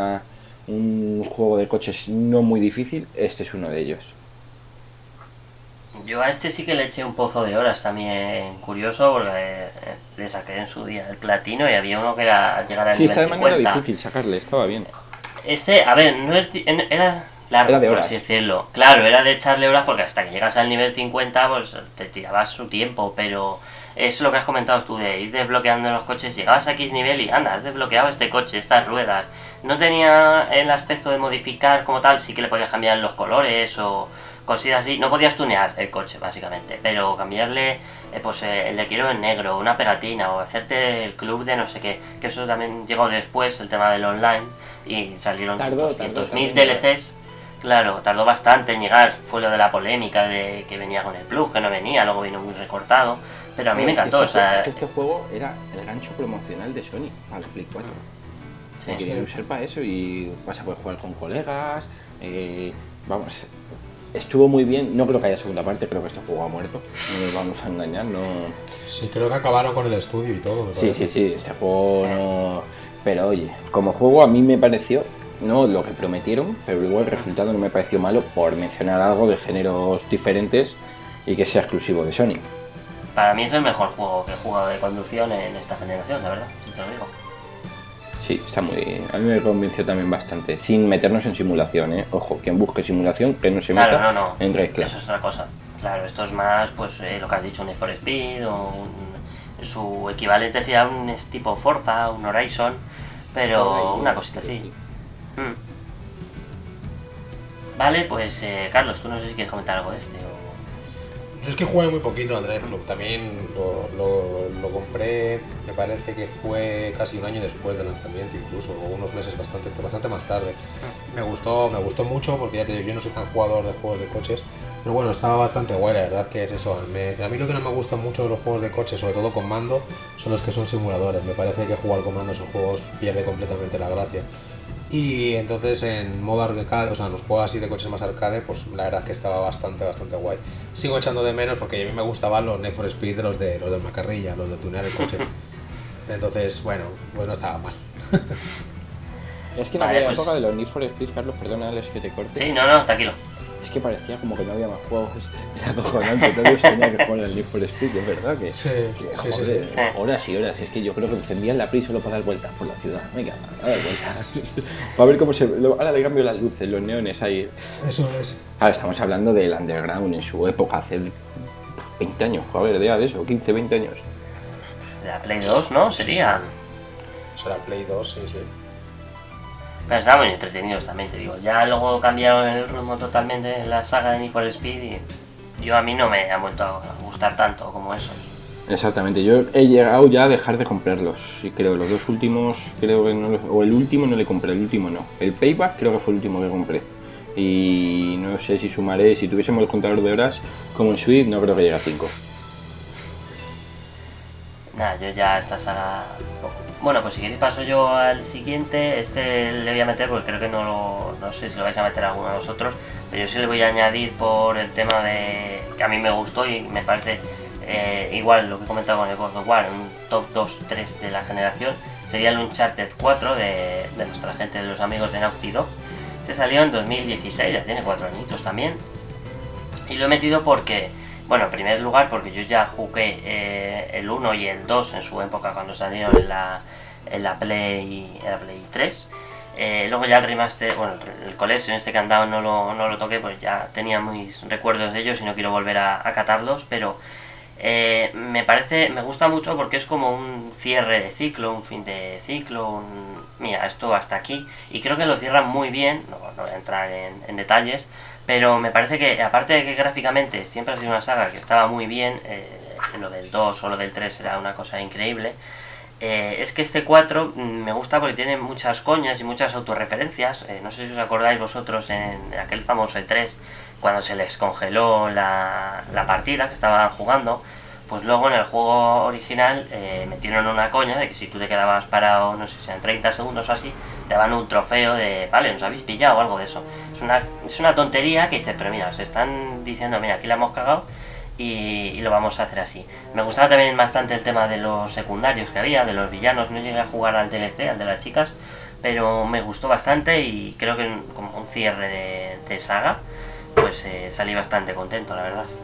un juego de coches no muy difícil, este es uno de ellos. Yo a este sí que le eché un pozo de horas también, curioso, porque le saqué en su día el platino y había uno que era llegar al Sí, nivel esta de 50. manera difícil sacarle, estaba bien. A ver, no es, era largo, Era de por horas. así decirlo. Claro, era de echarle horas porque hasta que llegas al nivel 50, pues te tirabas su tiempo, pero es lo que has comentado tú, de ir desbloqueando los coches. Llegabas a X nivel y anda, has desbloqueado este coche, estas ruedas. No tenía el aspecto de modificar como tal, sí que le podías cambiar los colores o cosillas así. No podías tunear el coche, básicamente, pero cambiarle el de quiero en negro, una pegatina o hacerte el club de no sé qué, que eso también llegó después, el tema del online, y salieron 200.000 DLCs. Claro, tardó bastante en llegar, fue lo de la polémica de que venía con el Plus, que no venía, luego vino muy recortado, pero a mí me encantó. Este juego era el gancho promocional de Sony para el Play 4. Querían usar para eso y vas a poder jugar con colegas, vamos, estuvo muy bien. No creo que haya segunda parte, creo que este juego ha muerto. No nos vamos a engañar, no. Sí, creo que acabaron con el estudio y todo. Sí, este juego no. Pero oye, como juego a mí me pareció, no lo que prometieron, pero igual el resultado no me pareció malo por mencionar algo de géneros diferentes y que sea exclusivo de Sony. Para mí es el mejor juego que he jugado de conducción en esta generación, la verdad, si te lo digo. Sí, está muy. A mí me convenció también bastante, sin meternos en simulación, ¿eh? Ojo, quien busque simulación, que no se meta. Claro, no. En Drive Club. Eso es otra cosa. Claro, esto es más, pues, lo que has dicho, un Need for Speed o su equivalente sería un tipo Forza, un Horizon, pero una cosita así. Vale, pues, Carlos, tú no sé si quieres comentar algo de este o... Yo es que jugué muy poquito al Drive Club, también lo compré, me parece que fue casi un año después del lanzamiento incluso, o unos meses bastante más tarde. Me gustó mucho porque ya te digo, yo no soy tan jugador de juegos de coches, pero bueno, estaba bastante guay, la verdad que es eso. A mí lo que no me gusta mucho de los juegos de coches, sobre todo con mando, son los que son simuladores. Me parece que jugar con mando en esos juegos pierde completamente la gracia. Y entonces en modo arcade, o sea, en los juegos así de coches más arcade, pues la verdad es que estaba bastante guay. Sigo echando de menos porque a mí me gustaban los Need for Speed, los de macarrilla, los de tunear el coche. Entonces, bueno, pues no estaba mal. Es que en aquella época de los Need for Speed, Carlos, perdona, Alex, que te corte. Sí, no, tranquilo. Es que parecía como que no había más juegos. Era acojonante, todos tenía que jugar al Need for Speed, es verdad que. Sí. Horas y horas. Es que yo creo que encendían la Play solo para dar vueltas por la ciudad. Venga, a dar vueltas. Para ver cómo se. Ahora le cambio las luces, los neones ahí. Eso es. Ahora estamos hablando del Underground en su época, hace 20 años, a ver, de eso, 15, 20 años. La Play 2, ¿no? Sería. Será Play 2, sí. Pero estaban muy entretenidos también, te digo. Ya luego cambiaron el rumbo totalmente en la saga de Need for Speed y a mí no me ha vuelto a gustar tanto como eso. Exactamente, yo he llegado ya a dejar de comprarlos. Y creo, los dos últimos, creo que no o el último no le compré, el último no. El Payback creo que fue el último que compré. Y no sé si sumaré, si tuviésemos el contador de horas, como en Switch, no creo que llegue a 5. Nada, yo ya esta saga... Bueno, pues si queréis paso yo al siguiente. Este le voy a meter porque creo que no sé si lo vais a meter a alguno de vosotros, pero yo sí le voy a añadir por el tema de que a mí me gustó y me parece igual lo que he comentado con el God of War, un top 2-3 de la generación. Sería el Uncharted 4 de nuestra gente, de los amigos de Naughty Dog. Este salió en 2016, ya tiene 4 añitos también. Y lo he metido porque... Bueno, en primer lugar porque yo ya jugué el 1 y el 2 en su época cuando salieron en la Play 3. Luego ya el remaster, bueno, el Collection este que han dado no lo toqué, pues ya tenía mis recuerdos de ellos y no quiero volver a catarlos, pero me gusta mucho porque es como un cierre de ciclo, un fin de ciclo, mira, esto hasta aquí, y creo que lo cierran muy bien, no voy a entrar en detalles, pero me parece que, aparte de que gráficamente siempre ha sido una saga que estaba muy bien, lo del 2 o lo del 3 era una cosa increíble, es que este 4 me gusta porque tiene muchas coñas y muchas autorreferencias. No sé si os acordáis vosotros en aquel famoso E3, cuando se les congeló la partida que estaban jugando, pues luego en el juego original metieron una coña de que si tú te quedabas parado, no sé si eran 30 segundos o así, te daban un trofeo de, vale, nos habéis pillado o algo de eso. Es una tontería que dices, pero mira, se están diciendo, mira, aquí la hemos cagado y lo vamos a hacer así. Me gustaba también bastante el tema de los secundarios que había, de los villanos. No llegué a jugar al DLC, al de las chicas, pero me gustó bastante y creo que como un cierre de saga, pues salí bastante contento, la verdad.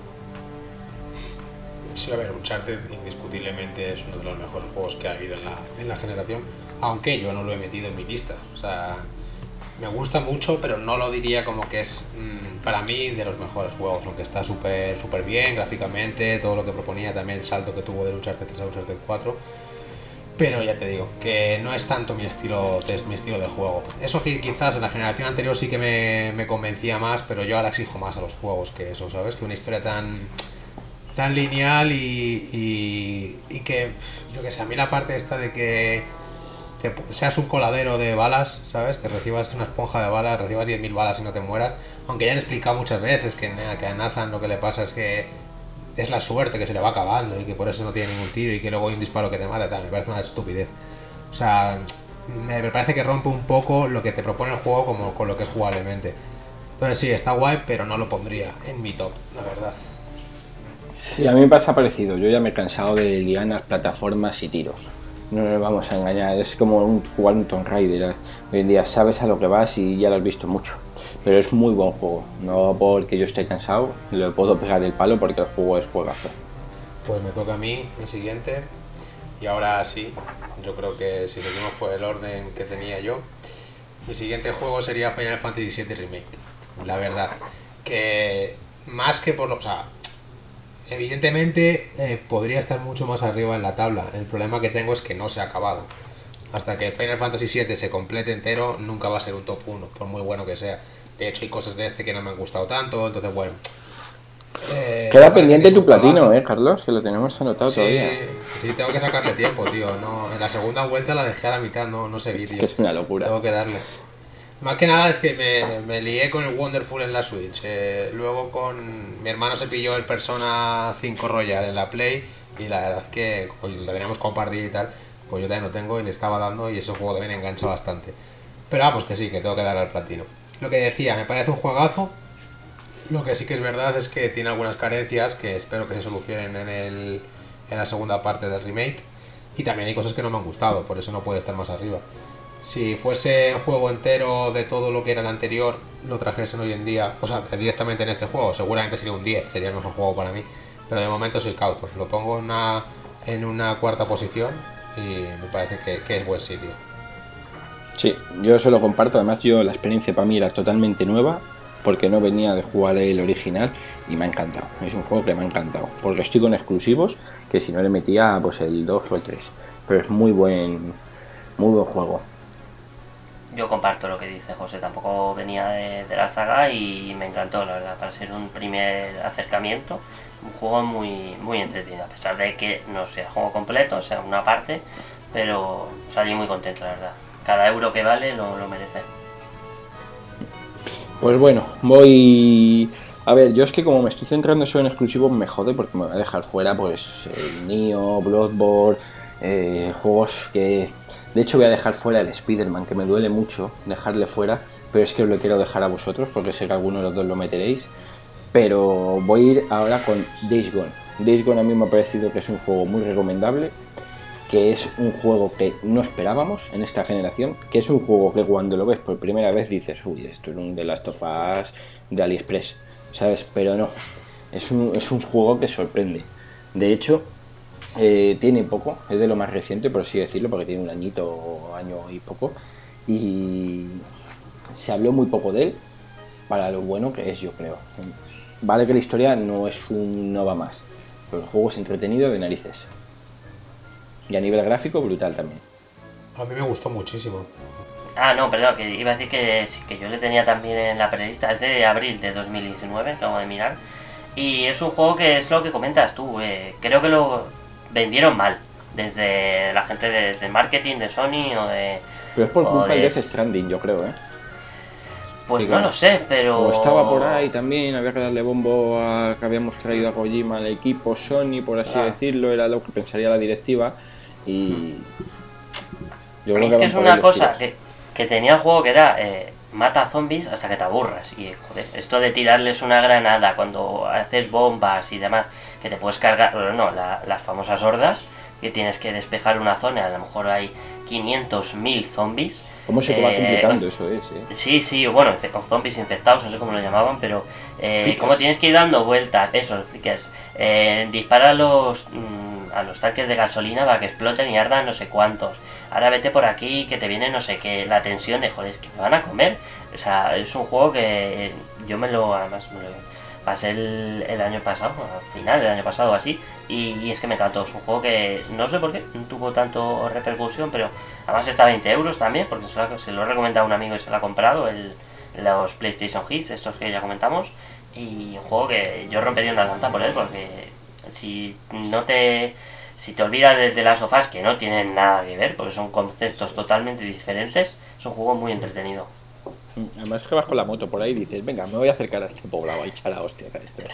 Sí, a ver, Uncharted indiscutiblemente es uno de los mejores juegos que ha habido en la generación, aunque yo no lo he metido en mi lista. O sea, me gusta mucho, pero no lo diría como que es para mí de los mejores juegos, aunque está súper bien gráficamente, todo lo que proponía, también el salto que tuvo del Uncharted 3 a Uncharted 4. Pero ya te digo, que no es tanto mi estilo de juego. Eso quizás en la generación anterior sí que me convencía más, pero yo ahora exijo más a los juegos que eso, ¿sabes? Que una historia tan lineal y que, yo que sé, a mí la parte esta de que seas un coladero de balas, ¿sabes? Que recibas una esponja de balas, recibas 10.000 balas y no te mueras, aunque ya han explicado muchas veces que a Nathan lo que le pasa es que es la suerte que se le va acabando y que por eso no tiene ningún tiro y que luego hay un disparo que te mata, tal. Me parece una estupidez. O sea, me parece que rompe un poco lo que te propone el juego como con lo que es jugablemente. Entonces sí, está guay, pero no lo pondría en mi top, la verdad. Sí, a mí me pasa parecido. Yo ya me he cansado de lianas, plataformas y tiros. No nos vamos a engañar. Es como jugar un Tomb Raider. Hoy en día sabes a lo que vas y ya lo has visto mucho. Pero es muy buen juego. No porque yo esté cansado, le puedo pegar el palo porque el juego es juegazo. Pues me toca a mí el siguiente. Y ahora sí, yo creo que si seguimos por el orden que tenía yo, mi siguiente juego sería Final Fantasy VII Remake. La verdad, que más que por lo... O sea, evidentemente podría estar mucho más arriba en la tabla. El problema que tengo es que no se ha acabado. Hasta que Final Fantasy VII se complete entero, nunca va a ser un top 1, por muy bueno que sea. De hecho, hay cosas de este que no me han gustado tanto, entonces bueno... Queda pendiente tu platino, Carlos, que lo tenemos anotado todavía. Sí, tengo que sacarle tiempo, tío. No, en la segunda vuelta la dejé a la mitad, no seguí, tío. Que es una locura. Tengo que darle. Más que nada es que me lié con el Wonderful en la Switch. Luego mi hermano se pilló el Persona 5 Royal en la Play y la verdad es que pues, lo teníamos compartido y tal. Pues yo también lo tengo y le estaba dando y ese juego también engancha bastante. Pero vamos que sí, que tengo que darle al platino. Lo que decía, me parece un juegazo. Lo que sí que es verdad es que tiene algunas carencias que espero que se solucionen en la segunda parte del remake. Y también hay cosas que no me han gustado, por eso no puede estar más arriba. Si fuese el juego entero de todo lo que era el anterior, lo trajesen hoy en día, o sea, directamente en este juego, seguramente sería un 10, sería el mejor juego para mí. Pero de momento soy cauto, lo pongo en una cuarta posición y me parece que es buen sitio. Sí, yo eso lo comparto, además la experiencia para mí era totalmente nueva, porque no venía de jugar el original y me ha encantado. Es un juego que me ha encantado, porque estoy con exclusivos que si no le metía pues el 2 o el 3, pero es muy buen juego. Yo comparto lo que dice José, tampoco venía de la saga y me encantó, la verdad, para ser un primer acercamiento, un juego muy, muy entretenido, a pesar de que no sea juego completo, sea una parte, pero salí muy contento, la verdad. Cada euro que vale lo merece. Pues bueno, voy... A ver, yo es que como me estoy centrando solo en exclusivos me jode porque me voy a dejar fuera pues el Nioh, Bloodborne, juegos que... De hecho voy a dejar fuera el Spider-Man, que me duele mucho dejarle fuera, pero es que os lo quiero dejar a vosotros porque sé que alguno de los dos lo meteréis. Pero voy a ir ahora con Days Gone. Days Gone a mí me ha parecido que es un juego muy recomendable, que es un juego que no esperábamos en esta generación, que es un juego que cuando lo ves por primera vez dices, uy, esto es un The Last of Us de AliExpress, ¿sabes? Pero no, es un juego que sorprende. De hecho, tiene poco, es de lo más reciente, por así decirlo, porque tiene un año y poco, y se habló muy poco de él, para lo bueno que es, yo creo. Vale que la historia no va más, pero el juego es entretenido de narices. Y a nivel gráfico, brutal también. A mí me gustó muchísimo. No, perdón, que iba a decir que yo le tenía también en la prelista. Es de abril de 2019, acabo de mirar. Y es un juego que es lo que comentas tú. Creo que lo vendieron mal. Desde la gente de marketing de Sony o de... Pero es por culpa de Death Stranding, yo creo, Pues no lo sé, pero... O estaba por ahí también, había que darle bombo a que habíamos traído a Kojima al equipo Sony, por así decirlo, era lo que pensaría la directiva. Y yo creo que es una cosa que tenía el juego que era mata zombies hasta que te aburras. Y joder, esto de tirarles una granada cuando haces bombas y demás, que te puedes cargar, las famosas hordas, que tienes que despejar una zona, a lo mejor hay 500.000 zombies. ¿Cómo se te va complicando eso? Sí, bueno, zombies infectados, no sé cómo lo llamaban, pero como tienes que ir dando vueltas, eso, flickers, dispara a los tanques de gasolina para que exploten y ardan no sé cuántos. Ahora vete por aquí que te viene no sé qué, la tensión de joder, que me van a comer. O sea, es un juego que yo además me lo pasé el año pasado, al final del año pasado o así, y es que me encantó. Es un juego que no sé por qué no tuvo tanto repercusión, pero además está a 20 euros también, porque se lo he recomendado a un amigo y se lo ha comprado, los PlayStation Hits, estos que ya comentamos, y un juego que yo rompería una lanza por él, porque si te olvidas de The Last of Us, que no tienen nada que ver, porque son conceptos totalmente diferentes, es un juego muy entretenido. Además que vas con la moto por ahí y dices, venga, me voy a acercar a este poblado a echar a hostias a estos.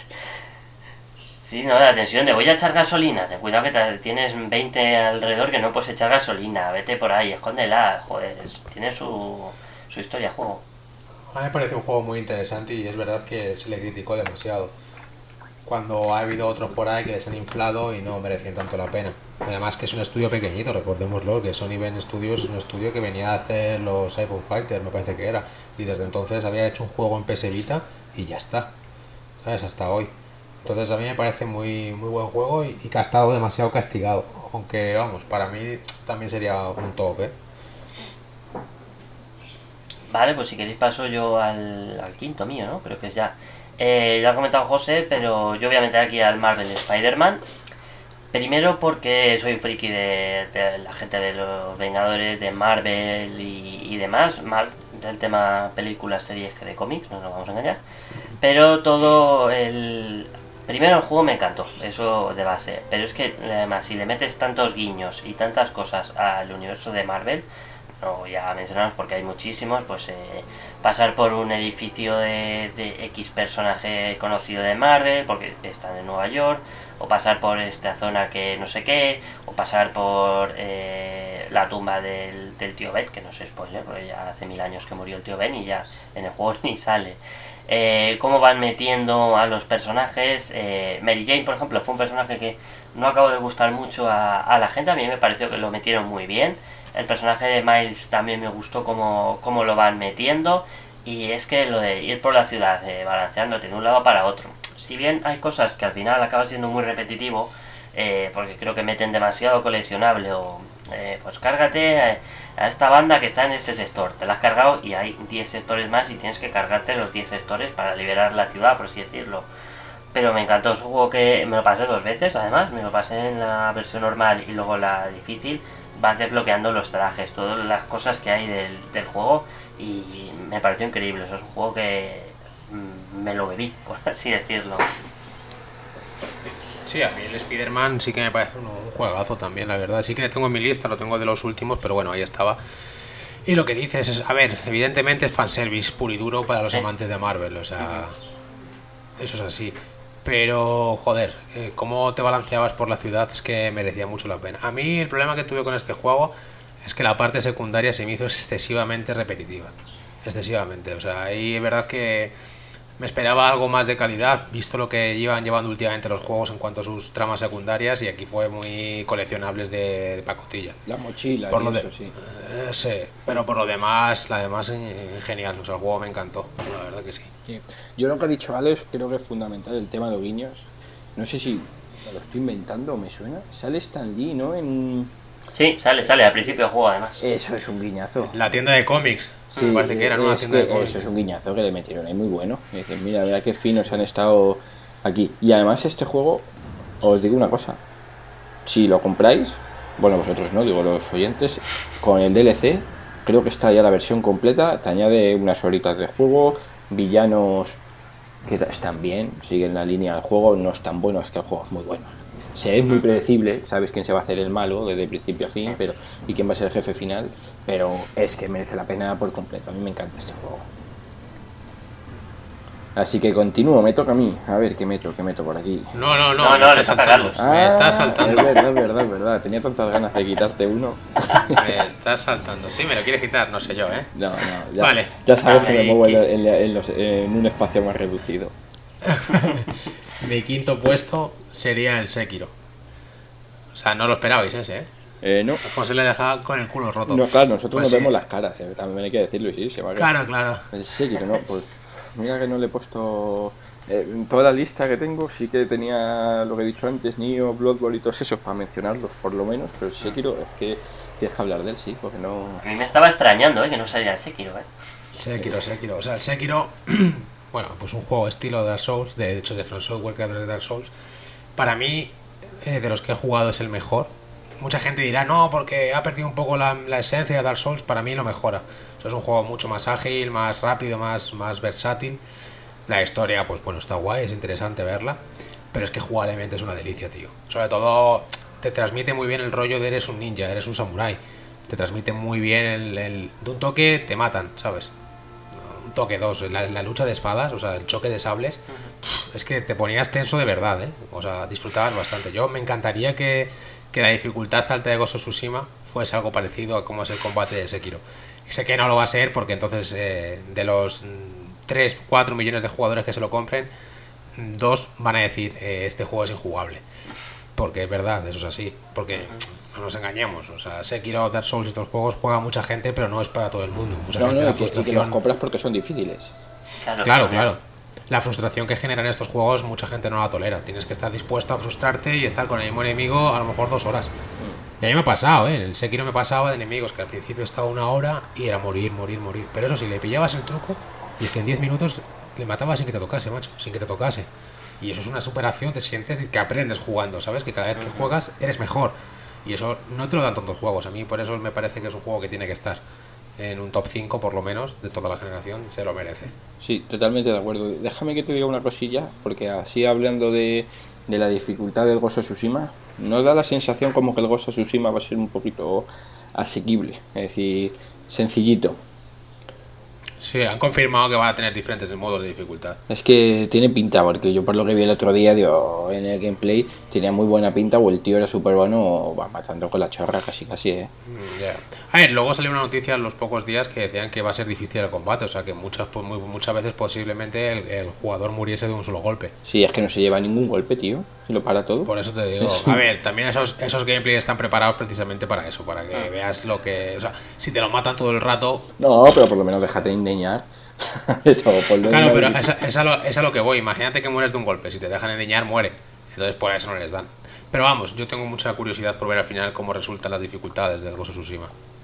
Sí, no, la tensión de voy a echar gasolina, ten cuidado que tienes 20 alrededor que no puedes echar gasolina, vete por ahí, escóndela, joder, tiene su historia juego. A mí me parece un juego muy interesante y es verdad que se le criticó demasiado. Cuando ha habido otros por ahí que les han inflado y no merecían tanto la pena. Además que es un estudio pequeñito, recordémoslo, que Sony Ben Studios es un estudio que venía a hacer los iPhone Fighter, me parece que era. Y desde entonces había hecho un juego en PS Vita y ya está. ¿Sabes? Hasta hoy. Entonces a mí me parece muy, muy buen juego y que ha estado demasiado castigado. Aunque, vamos, para mí también sería un top, ¿eh? Vale, pues si queréis paso yo al quinto mío, ¿no? Creo que es ya. Ya ha comentado José, pero yo voy a meter aquí al Marvel Spider-Man. Primero porque soy friki de la gente de los Vengadores, de Marvel y demás. Más del tema películas, series que de cómics, no nos vamos a engañar. Pero todo el... Primero el juego me encantó, eso de base. Pero es que además si le metes tantos guiños y tantas cosas al universo de Marvel... No, ya mencionamos porque hay muchísimos, pues pasar por un edificio de X personaje conocido de Marvel, porque están en Nueva York, o pasar por esta zona que no sé qué, o pasar por la tumba del tío Ben, que no es spoiler, porque ya hace 1000 años que murió el tío Ben y ya en el juego ni sale. Cómo van metiendo a los personajes. Mary Jane, por ejemplo, fue un personaje que no acabo de gustar mucho a la gente, a mí me pareció que lo metieron muy bien. El personaje de Miles también me gustó cómo lo van metiendo. Y es que lo de ir por la ciudad balanceándote de un lado para otro, si bien hay cosas que al final acaba siendo muy repetitivo, porque creo que meten demasiado coleccionable o pues cárgate a esta banda que está en este sector, te la has cargado y hay 10 sectores más y tienes que cargarte los 10 sectores para liberar la ciudad, por así decirlo. Pero me encantó, es un juego que me lo pasé 2 veces, además me lo pasé en la versión normal y luego la difícil. Vas desbloqueando los trajes, todas las cosas que hay del juego y me pareció increíble. Eso es un juego que me lo bebí, por así decirlo. Sí, a mí el Spider-Man sí que me parece un juegazo también, la verdad. Sí que le tengo en mi lista, lo tengo de los últimos, pero bueno, ahí estaba. Y lo que dices es, a ver, evidentemente es fanservice puro y duro para los amantes de Marvel, o sea, eso es así. Pero, joder, cómo te balanceabas por la ciudad es que merecía mucho la pena. A mí el problema que tuve con este juego es que la parte secundaria se me hizo excesivamente repetitiva. Excesivamente, o sea, ahí es verdad que me esperaba algo más de calidad, visto lo que llevan llevando últimamente los juegos en cuanto a sus tramas secundarias, y aquí fue muy coleccionables de pacotilla. La mochila, por lo eso sí. Sí, pero por lo demás, genial, o sea, el juego me encantó, la verdad que sí. Sí. Yo lo que ha dicho Alex creo que es fundamental, el tema de los guiños. No sé si lo estoy inventando o me suena. Sale Stan Lee, ¿no? Sí, sale al principio del juego además. Eso es un guiñazo. La tienda de cómics, sí, me parece que era, ¿no? La tienda de cómics. Eso es un guiñazo que le metieron ahí muy bueno. Y dicen, mira, vea qué finos han estado aquí. Y además este juego, os digo una cosa, si lo compráis, bueno, vosotros no, digo los oyentes, con el DLC, creo que está ya la versión completa, te añade unas horitas de juego, villanos que están bien, siguen la línea del juego, no es tan bueno, es que el juego es muy bueno. Se es muy predecible, sabes quién se va a hacer el malo desde principio a fin, pero y quién va a ser el jefe final, pero es que merece la pena por completo. A mí me encanta este juego. Así que continúo, me toca a mí. A ver, ¿qué meto por aquí? No, me estás saltando. Me estás saltando. Es verdad. Tenía tantas ganas de quitarte uno. Me estás saltando. Sí, me lo quieres quitar, no sé yo, ¿eh? No, vale. Ya sabes que me muevo en un espacio más reducido. Mi quinto puesto sería el Sekiro. O sea, no lo esperabais ese, ¿eh? No. José le deja con el culo roto. No, claro, nosotros pues nos vemos las caras, también hay que decirlo, y sí, se va a quedar. Claro. El Sekiro, ¿no? Pues mira que no le he puesto... en toda la lista que tengo sí que tenía lo que he dicho antes, Nioh, Bloodborne y todos esos para mencionarlos por lo menos, pero el Sekiro es que tienes que hablar de él, sí, porque no... A mí me estaba extrañando, que no saliera el Sekiro, Sekiro. O sea, el Sekiro... Bueno, pues un juego estilo Dark Souls, de hecho de From Software, creadores de Dark Souls. Para mí, de los que he jugado es el mejor. Mucha gente dirá, no, porque ha perdido un poco la esencia de Dark Souls. Para mí lo mejora. O sea, es un juego mucho más ágil, más rápido, más versátil. La historia, pues bueno, está guay, es interesante verla. Pero es que jugablemente es una delicia, tío. Sobre todo, te transmite muy bien el rollo de eres un ninja, eres un samurái. Te transmite muy bien de un toque te matan, ¿sabes? Toque 2, la lucha de espadas, o sea, el choque de sables, es que te ponías tenso de verdad, o sea, disfrutabas bastante. Yo me encantaría que que la dificultad alta de Ghost of Tsushima fuese algo parecido a cómo es el combate de Sekiro. Sé que no lo va a ser porque entonces de los 3-4 millones de jugadores que se lo compren, 2 van a decir este juego es injugable. Porque es verdad, eso es así. Porque no nos engañemos. O sea, Sekiro, Dark Souls y estos juegos juega mucha gente, pero no es para todo el mundo. Mucha gente, la frustración... que los compras porque son difíciles. Claro. La frustración que generan estos juegos mucha gente no la tolera. Tienes que estar dispuesto a frustrarte y estar con el mismo enemigo a lo mejor 2 horas. Y a mí me ha pasado, en el Sekiro me pasaba de enemigos que al principio estaba 1 hora y era morir. Pero eso sí, le pillabas el truco y es que en 10 minutos le matabas sin que te tocase, macho, sin que te tocase. Y eso es una superación, te sientes que aprendes jugando, ¿sabes? Que cada vez que juegas eres mejor. Y eso no te lo dan tantos juegos. A mí por eso me parece que es un juego que tiene que estar en un top 5 por lo menos de toda la generación, se lo merece. Sí, totalmente de acuerdo. Déjame que te diga una cosilla, porque así hablando de la dificultad del Ghost of Tsushima, ¿no da la sensación como que el Ghost of Tsushima va a ser un poquito asequible? Es decir, sencillito. Sí, han confirmado que van a tener diferentes modos de dificultad. Es que tiene pinta, porque yo por lo que vi el otro día, digo, en el gameplay tenía muy buena pinta, o el tío era súper bueno, o va matando con la chorra casi, Yeah. A ver, luego salió una noticia en los pocos días que decían que va a ser difícil el combate, o sea que muchas veces posiblemente el jugador muriese de un solo golpe. Sí, es que no se lleva ningún golpe, tío, se lo para todo. Por eso te digo, a ver, también esos gameplays están preparados precisamente para eso, para que veas lo que... O sea, si te lo matan todo el rato... No, pero por lo menos déjate endeñar. Eso, claro, pero es a lo que voy. Imagínate que mueres de un golpe. Si te dejan endeñar, muere. Entonces por eso no les dan. Pero vamos, yo tengo mucha curiosidad por ver al final cómo resultan las dificultades del Ghost of Tsushima.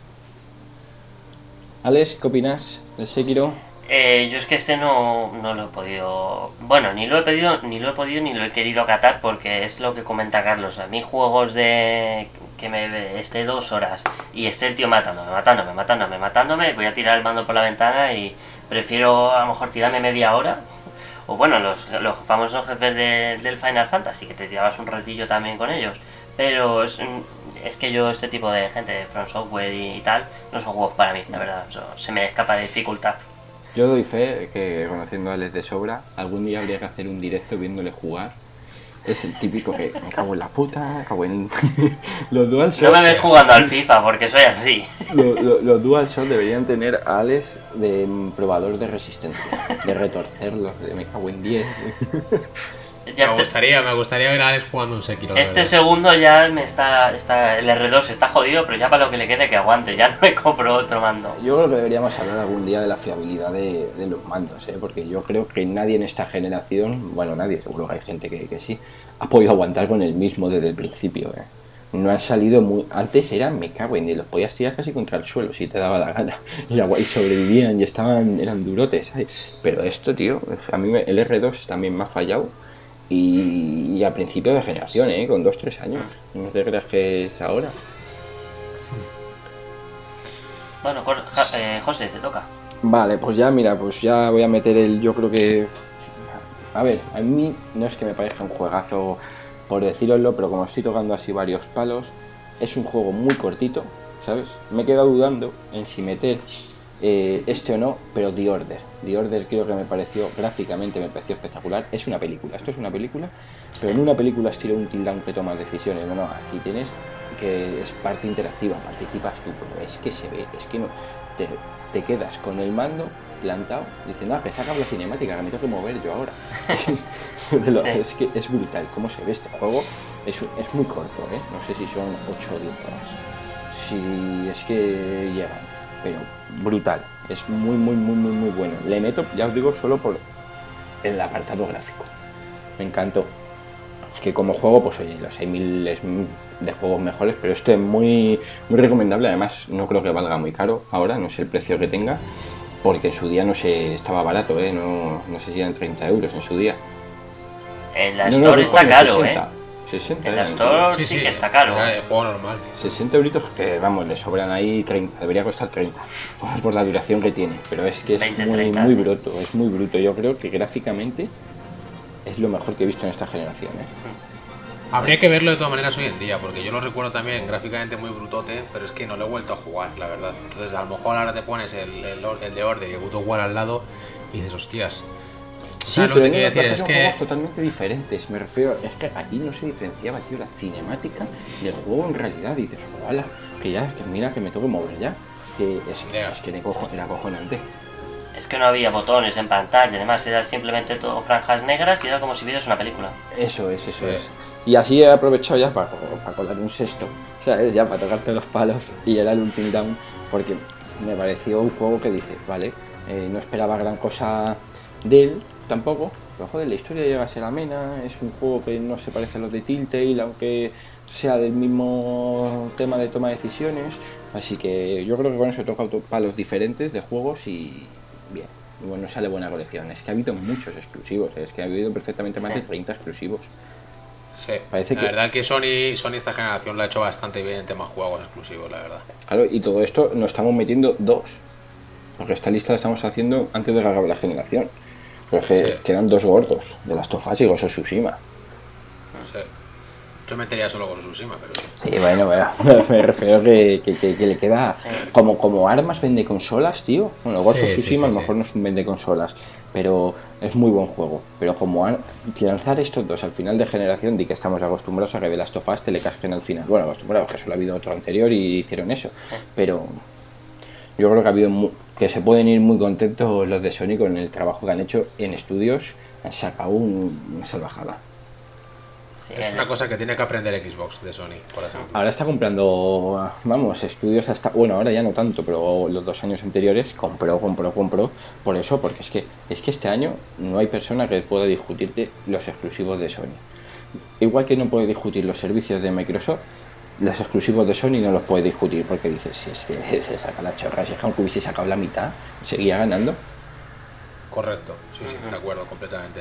Alex, ¿qué opinas del Sekiro? Yo es que no lo he podido... Bueno, ni lo he pedido, ni lo he podido, ni lo he querido catar, porque es lo que comenta Carlos. A mí juegos de... que me esté 2 horas y esté el tío matándome, voy a tirar el mando por la ventana y prefiero a lo mejor tirarme media hora. O bueno, los famosos jefes del Final Fantasy, que te tirabas un ratillo también con ellos. Pero es que yo, este tipo de gente de From Software y tal, no son juegos para mí, la verdad. Se me escapa de dificultad. Yo doy fe que, conociendo a Alex de sobra, algún día habría que hacer un directo viéndole jugar. Es el típico que me cago en la puta, me cago en... Los DualShock... No me ves jugando al FIFA porque soy así. Los DualShock deberían tener a Alex de probador de resistencia, de retorcerlos, de me cago en 10. Me gustaría ver a Alex jugando un Sekiro. Este segundo ya el R2 está jodido, pero ya para lo que le quede que aguante, ya no me compro otro mando. Yo creo que deberíamos hablar algún día de la fiabilidad de los mandos, porque yo creo que nadie en esta generación, bueno, nadie, seguro que hay gente que sí, ha podido aguantar con el mismo desde el principio. No han salido muy... Antes me cago en Dios, los podías tirar casi contra el suelo si te daba la gana. Y sobrevivían y eran durotes, ¿sabes? Pero esto, tío, a mí el R2 también me ha fallado. Y a principio de generación, con 2-3 años. No te creas que es ahora. Bueno, José, te toca. Vale, pues ya, mira, pues ya voy a meter yo creo que... A ver, a mí no es que me parezca un juegazo, por deciroslo, pero como estoy tocando así varios palos, es un juego muy cortito, ¿sabes? Me he quedado dudando en si meter este o no, pero The Order creo que gráficamente me pareció espectacular. Es una película, esto es una película, pero en una película estilo Until Dawn que tomas decisiones. No, aquí tienes que es parte interactiva, participas tú, pero es que se ve, es que no te quedas con el mando plantado diciendo, que saca la cinemática, que me tengo que mover yo ahora. Es que es brutal cómo se ve este juego. Es muy corto, no sé si son 8 o 10 horas, si es que llegan, pero brutal, es muy bueno. Le meto, ya os digo, solo por el apartado gráfico, me encantó. Que como juego, pues oye, los 6000 es de juegos mejores, pero este es muy recomendable. Además, no creo que valga muy caro ahora, no sé el precio que tenga, porque en su día no sé, estaba barato, no sé si eran 30 euros en su día. En la Store está caro, 60 en la Store sí que está caro. El juego normal. 60 euritos que, vamos, le sobran ahí 30, debería costar 30 por la duración que tiene, pero es que es 20, muy 30, bruto, es muy bruto. Yo creo que gráficamente es lo mejor que he visto en esta generación. Habría que verlo de todas maneras hoy en día, porque yo lo recuerdo también gráficamente muy brutote, pero es que no lo he vuelto a jugar, la verdad. Entonces a lo mejor ahora te pones el de Order y el God of War al lado y dices, hostias, Sí, ¿Sabes lo pero que te quiero decir? son juegos totalmente diferentes. Me refiero, es que aquí no se diferenciaba, tío, la cinemática del juego en realidad. Y dices, hola, que ya, que mira, que me tengo que mover ya. Que es que era acojonante. Es que no había botones en pantalla, además era simplemente todo franjas negras y era como si vieras una película. Eso es. Y así he aprovechado ya para colar un sexto, ¿sabes? Ya para tocarte los palos. Y era el Ultimate Down, porque me pareció un juego que dice, vale, no esperaba gran cosa de él tampoco, pero joder, la historia llega a ser amena, es un juego que no se parece a los de Telltale, aunque sea del mismo tema de toma de decisiones, así que yo creo que con eso he tocado palos diferentes de juegos y bien, y bueno, sale buena colección. Es que ha habido muchos exclusivos, es que ha habido perfectamente más de 30 exclusivos. Sí, la verdad que Sony esta generación lo ha hecho bastante bien en temas juegos exclusivos, la verdad. Claro, y todo esto nos estamos metiendo dos, porque esta lista la estamos haciendo antes de acabar la generación. Pero es que quedan dos gordos, de Last of Us y Ghost of Tsushima. Sí. Yo metería solo Ghost of Tsushima, pero... Sí, bueno, me refiero que le queda... Como armas vende consolas, tío. Bueno, Ghost of Tsushima a lo mejor no es un vende consolas, pero es muy buen juego. Pero como lanzar estos dos al final de generación, di que estamos acostumbrados a que de Last of Us te le casquen al final. Bueno, acostumbrados, que solo ha habido otro anterior y hicieron eso. Pero... yo creo que ha habido que se pueden ir muy contentos los de Sony con el trabajo que han hecho en estudios. Han sacado una salvajada. Sí, es una cosa que tiene que aprender Xbox de Sony, por ejemplo. Ahora está comprando, vamos, estudios hasta... bueno, ahora ya no tanto, pero los 2 años anteriores compró. Por eso, porque es que este año no hay persona que pueda discutirte los exclusivos de Sony. Igual que no puede discutir los servicios de Microsoft, los exclusivos de Sony no los puede discutir, porque dices, si es que se saca la chorra, si aunque hubiese sacado la mitad, seguía ganando. Correcto, sí, de acuerdo, completamente.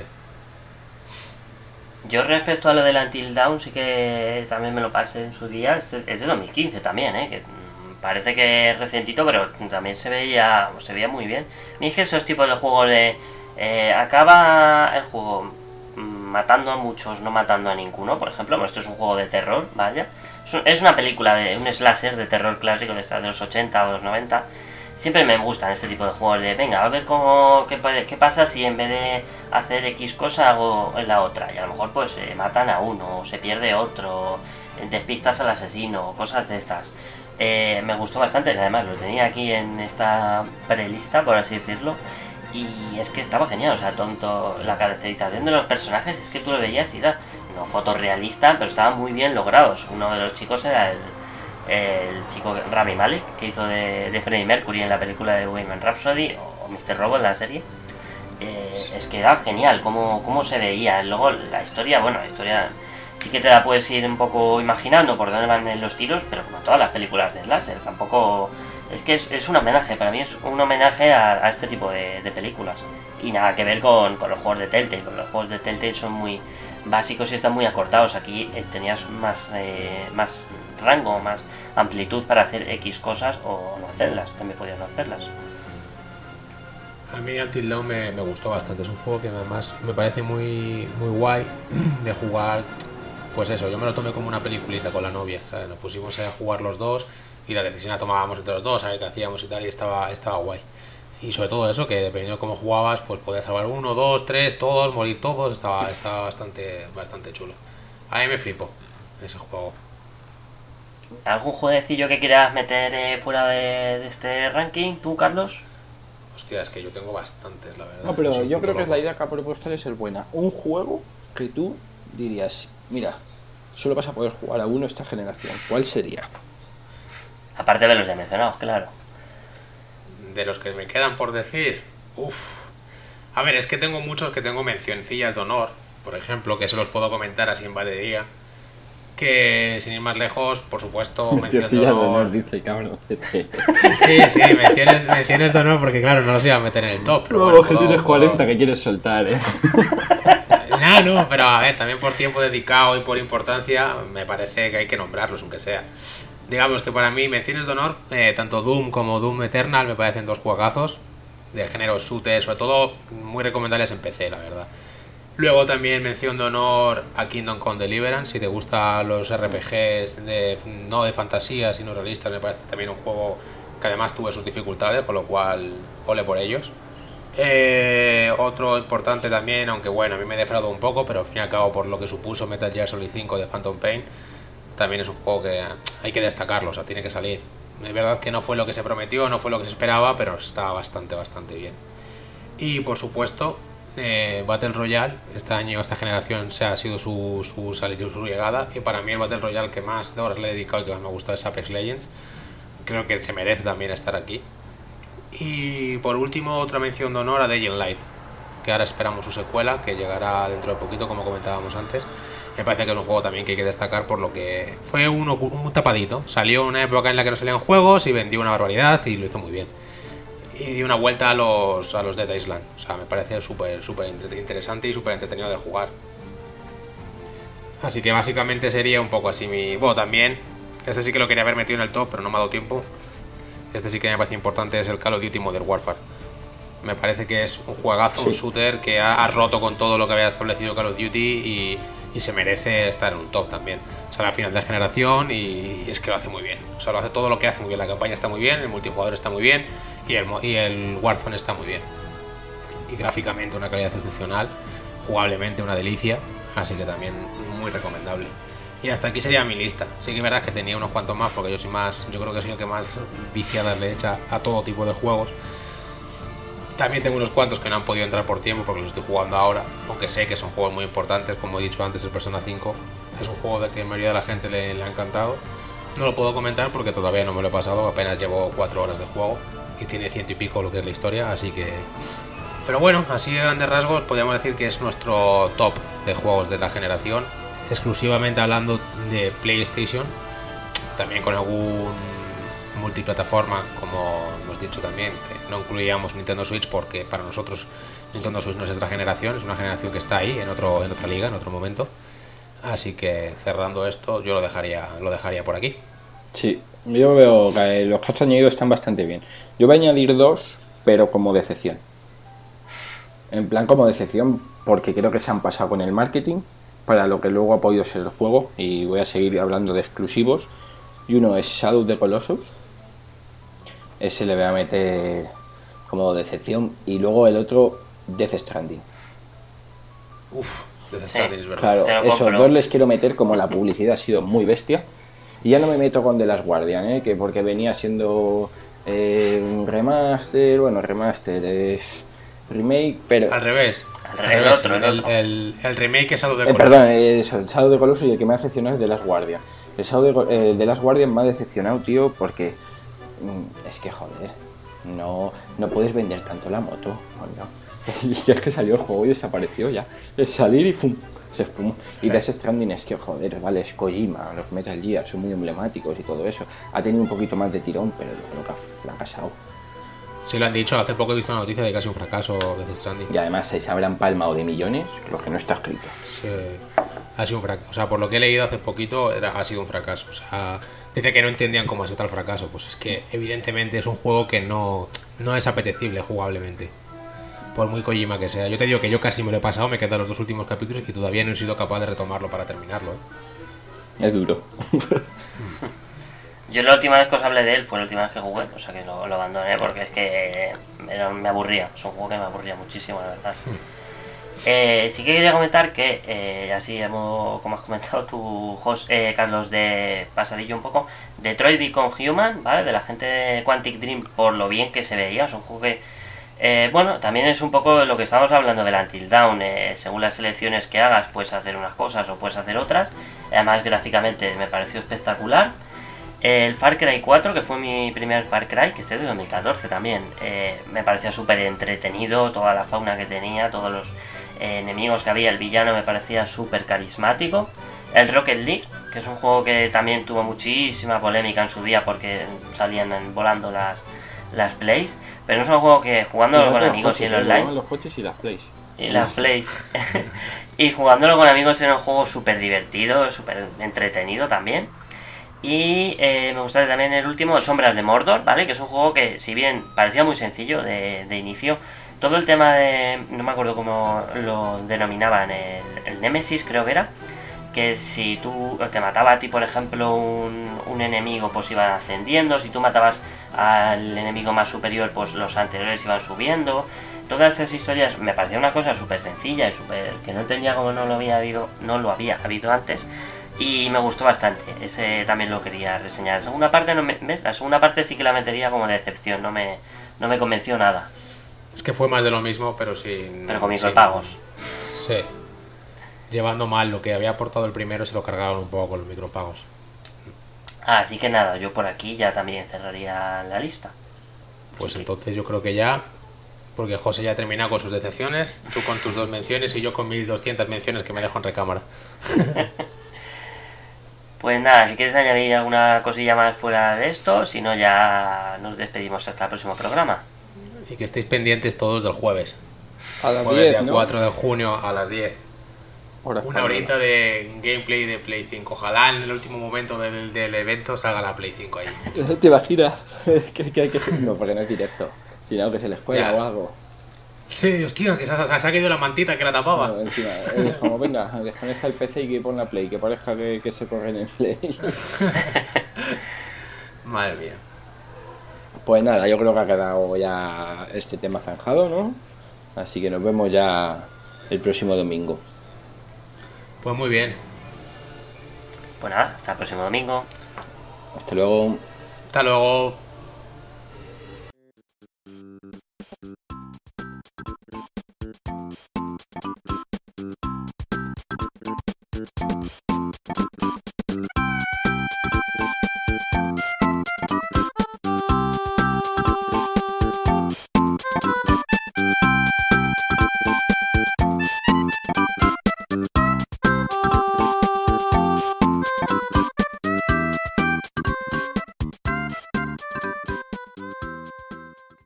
Yo respecto a lo del Until Dawn sí que también me lo pasé en su día, es de 2015 también, que parece que es recientito, pero también se veía muy bien. Y es que esos tipos de juegos de... acaba el juego matando a muchos, no matando a ninguno, por ejemplo. Esto es un juego de terror, vaya. Es una película, un slasher de terror clásico de los 80 o los 90. Siempre me gustan este tipo de juegos de, venga, a ver qué pasa si en vez de hacer X cosa hago la otra. Y a lo mejor pues matan a uno, o se pierde otro, despistas al asesino, cosas de estas. Me gustó bastante, además lo tenía aquí en esta prelista, por así decirlo. Y es que estaba genial, o sea, la caracterización de los personajes es que tú lo veías y era no fotorrealista, pero estaban muy bien logrados. Uno de los chicos era el chico Rami Malek, que hizo de Freddie Mercury en la película de Bohemian Rhapsody, o Mr. Robot en la serie. Es que era genial cómo se veía. Luego la historia sí que te la puedes ir un poco imaginando por dónde van los tiros, pero como todas las películas de slasher, tampoco... Es que es un homenaje, para mí es un homenaje a este tipo de películas. Y nada que ver con los juegos de Telltale, porque los juegos de Telltale son muy básicos y están muy acortados. Aquí tenías más rango, más amplitud para hacer X cosas o no hacerlas, también podías no hacerlas. A mí Until Dawn me gustó bastante, es un juego que además me parece muy guay de jugar. Pues eso, yo me lo tomé como una peliculita con la novia, ¿sabes? Nos pusimos a jugar los dos y la decisión la tomábamos entre los dos, a ver qué hacíamos y tal, y estaba guay. Y sobre todo eso, que dependiendo de cómo jugabas, pues podías salvar 1, 2, 3, todos, morir todos, estaba bastante chulo. A mí me flipó ese juego. ¿Algún jueguecillo que quieras meter fuera de este ranking, tú, Carlos? Hostia, es que yo tengo bastantes, la verdad. No, pero yo creo que la idea que ha propuesto es buena. Un juego que tú dirías, mira, solo vas a poder jugar a uno esta generación. ¿Cuál sería? Aparte de los ya mencionados, claro. De los que me quedan por decir, a ver, es que tengo muchos que tengo mencioncillas de honor, por ejemplo, que se los puedo comentar así en valería. Que sin ir más lejos, por supuesto, menciones de honor, dice cabrón. Sí, menciones de honor, porque claro, no los iba a meter en el top. Pero bueno, que tienes 40 que quieres soltar, No, pero a ver, también por tiempo dedicado y por importancia, me parece que hay que nombrarlos, aunque sea. Digamos que para mí, menciones de honor, tanto Doom como Doom Eternal me parecen dos juegazos de género shooter, sobre todo muy recomendables en PC, la verdad. Luego también mención de honor a Kingdom Come Deliverance, si te gustan los RPGs no de fantasía, sino realistas, me parece también un juego que además tuve sus dificultades, con lo cual ole por ellos. Otro importante también, aunque bueno, a mí me defraudó un poco, pero al fin y al cabo por lo que supuso Metal Gear Solid 5 de Phantom Pain, también es un juego que hay que destacarlo, o sea, tiene que salir. Es verdad que no fue lo que se prometió, no fue lo que se esperaba, pero está bastante bien. Y por supuesto, Battle Royale, este año, esta generación ha sido su salida y su llegada, y para mí el Battle Royale que más horas le he dedicado y que más me ha gustado es Apex Legends. Creo que se merece también estar aquí. Y por último, otra mención de honor a Dying Light, que ahora esperamos su secuela, que llegará dentro de poquito, como comentábamos antes. Me parece que es un juego también que hay que destacar por lo que fue un tapadito. Salió en una época en la que no salían juegos y vendió una barbaridad y lo hizo muy bien. Y dio una vuelta a los Dead Island. O sea, me parece súper interesante y súper entretenido de jugar. Así que básicamente sería un poco así mi... Bueno, también, este sí que lo quería haber metido en el top, pero no me ha dado tiempo. Este sí que me parece importante, es el Call of Duty Modern Warfare. Me parece que es un juegazo, sí. Un shooter que ha roto con todo lo que había establecido Call of Duty y se merece estar en un top también. Sale al final de la generación y es que lo hace muy bien. O sea, lo hace todo lo que hace muy bien. La campaña está muy bien, el multijugador está muy bien y el Warzone está muy bien. Y gráficamente una calidad excepcional, jugablemente una delicia, así que también muy recomendable. Y hasta aquí sería mi lista. Sí que es verdad que tenía unos cuantos más porque yo creo que soy el que más viciadas le echa a todo tipo de juegos. También tengo unos cuantos que no han podido entrar por tiempo porque los estoy jugando ahora, aunque sé que son juegos muy importantes, como he dicho antes, el Persona 5 es un juego de que a la mayoría de la gente le ha encantado. No lo puedo comentar porque todavía no me lo he pasado, apenas llevo 4 horas de juego y tiene 100 y pico lo que es la historia, así que... Pero bueno, así de grandes rasgos podríamos decir que es nuestro top de juegos de la generación, exclusivamente hablando de PlayStation, también con algún multiplataforma, como hemos dicho también, que no incluíamos Nintendo Switch porque para nosotros Nintendo Switch no es nuestra generación, es una generación que está ahí en otra liga, en otro momento. Así que cerrando esto, yo lo dejaría por aquí. Sí, yo veo que los que has añadido están bastante bien. Yo voy a añadir 2, pero como decepción. En plan como decepción, porque creo que se han pasado con el marketing para lo que luego ha podido ser el juego, y voy a seguir hablando de exclusivos. Y uno es Shadow of the Colossus. Ese le voy a meter como decepción. Y luego el otro, Death Stranding. Death Stranding es verdad. Claro, esos dos les quiero meter como la publicidad ha sido muy bestia. Y ya no me meto con The Last Guardian, que porque venía siendo un remaster, remake, pero... Al revés. El remake es Shadow of the Colossus. Perdón, el Shadow of the Colossus, y el que me ha decepcionado es The Last Guardian. El The Last Guardian me ha decepcionado, tío, porque es que joder, no puedes vender tanto la moto, coño. Y es que salió el juego y desapareció ya. Es salir y ¡fum! Se fumó. Y Death Stranding es que joder, vale, es Kojima, los Metal Gear son muy emblemáticos y todo eso. Ha tenido un poquito más de tirón, pero yo creo que ha fracasado. Sí, lo han dicho, hace poco he visto una noticia de casi un fracaso Death Stranding. Y además se habrán palmado de millones, lo que no está escrito. Sí, ha sido un fracaso. O sea, por lo que he leído hace poquito, ha sido un fracaso. O sea, dice que no entendían cómo ha sido tal fracaso. Pues es que evidentemente es un juego que no es apetecible jugablemente. Por muy Kojima que sea. Yo te digo que yo casi me lo he pasado, me quedan los 2 últimos capítulos y todavía no he sido capaz de retomarlo para terminarlo. Es duro. Yo la última vez que os hablé de él fue la última vez que jugué, o sea que lo abandoné porque es que me aburría. Es un juego que me aburría muchísimo, la verdad. Sí que quería comentar que, así como has comentado tú, Carlos, de pasadillo un poco, Detroit Become Human, ¿vale? De la gente de Quantic Dream, por lo bien que se veía. Es un juego que, bueno, también es un poco lo que estamos hablando del Until Dawn. Según las selecciones que hagas, puedes hacer unas cosas o puedes hacer otras. Además, gráficamente me pareció espectacular. El Far Cry 4, que fue mi primer Far Cry, que es de 2014 también, me parecía súper entretenido, toda la fauna que tenía, todos los enemigos que había, el villano me parecía súper carismático. El Rocket League, que es un juego que también tuvo muchísima polémica en su día porque salían volando las plays, pero no es un juego que jugándolo con amigos y en online... Los coches y las plays. Y las plays. Y jugándolo con amigos era un juego súper divertido, súper entretenido también. Y me gustaría también el último, el Sombras de Mordor, ¿vale? Que es un juego que, si bien parecía muy sencillo de inicio, todo el tema de... no me acuerdo cómo lo denominaban, el Nemesis creo que era, que si tú te mataba a ti, por ejemplo, un enemigo, pues iban ascendiendo. Si tú matabas al enemigo más superior, pues los anteriores iban subiendo. Todas esas historias me parecía una cosa súper sencilla y súper que no entendía como no lo había habido antes. Y me gustó bastante. Ese también lo quería reseñar. La segunda parte ¿ves? La segunda parte sí que la metería como decepción. No me convenció nada. Es que fue más de lo mismo, pero con micropagos. Sí. Llevando mal lo que había aportado el primero, se lo cargaron un poco con los micropagos. Así que nada, yo por aquí ya también cerraría la lista. Pues sí, entonces yo creo que ya, porque José ya ha terminado con sus decepciones, tú con tus 2 menciones y yo con mis 200 menciones que me dejo en recámara. Pues nada, si quieres añadir alguna cosilla más fuera de esto, si no ya nos despedimos hasta el próximo programa. Y que estéis pendientes todos del jueves. A las Jueves 10, día ¿no? 4 de junio a las 10. Hora Una española. horita de gameplay de Play 5. Ojalá en el último momento del evento salga la Play 5 ahí. ¿Te imaginas? que hay que... No, porque no es directo. Sino que se les cuela Ya. o algo. Sí, hostia, que se ha caído la mantita que la tapaba. No, encima, es como, venga, desconecta el PC y que pon la Play, que parezca que se corre en el Play. Madre mía. Pues nada, yo creo que ha quedado ya este tema zanjado, ¿no? Así que nos vemos ya el próximo domingo. Pues muy bien. Pues nada, hasta el próximo domingo. Hasta luego. Hasta luego.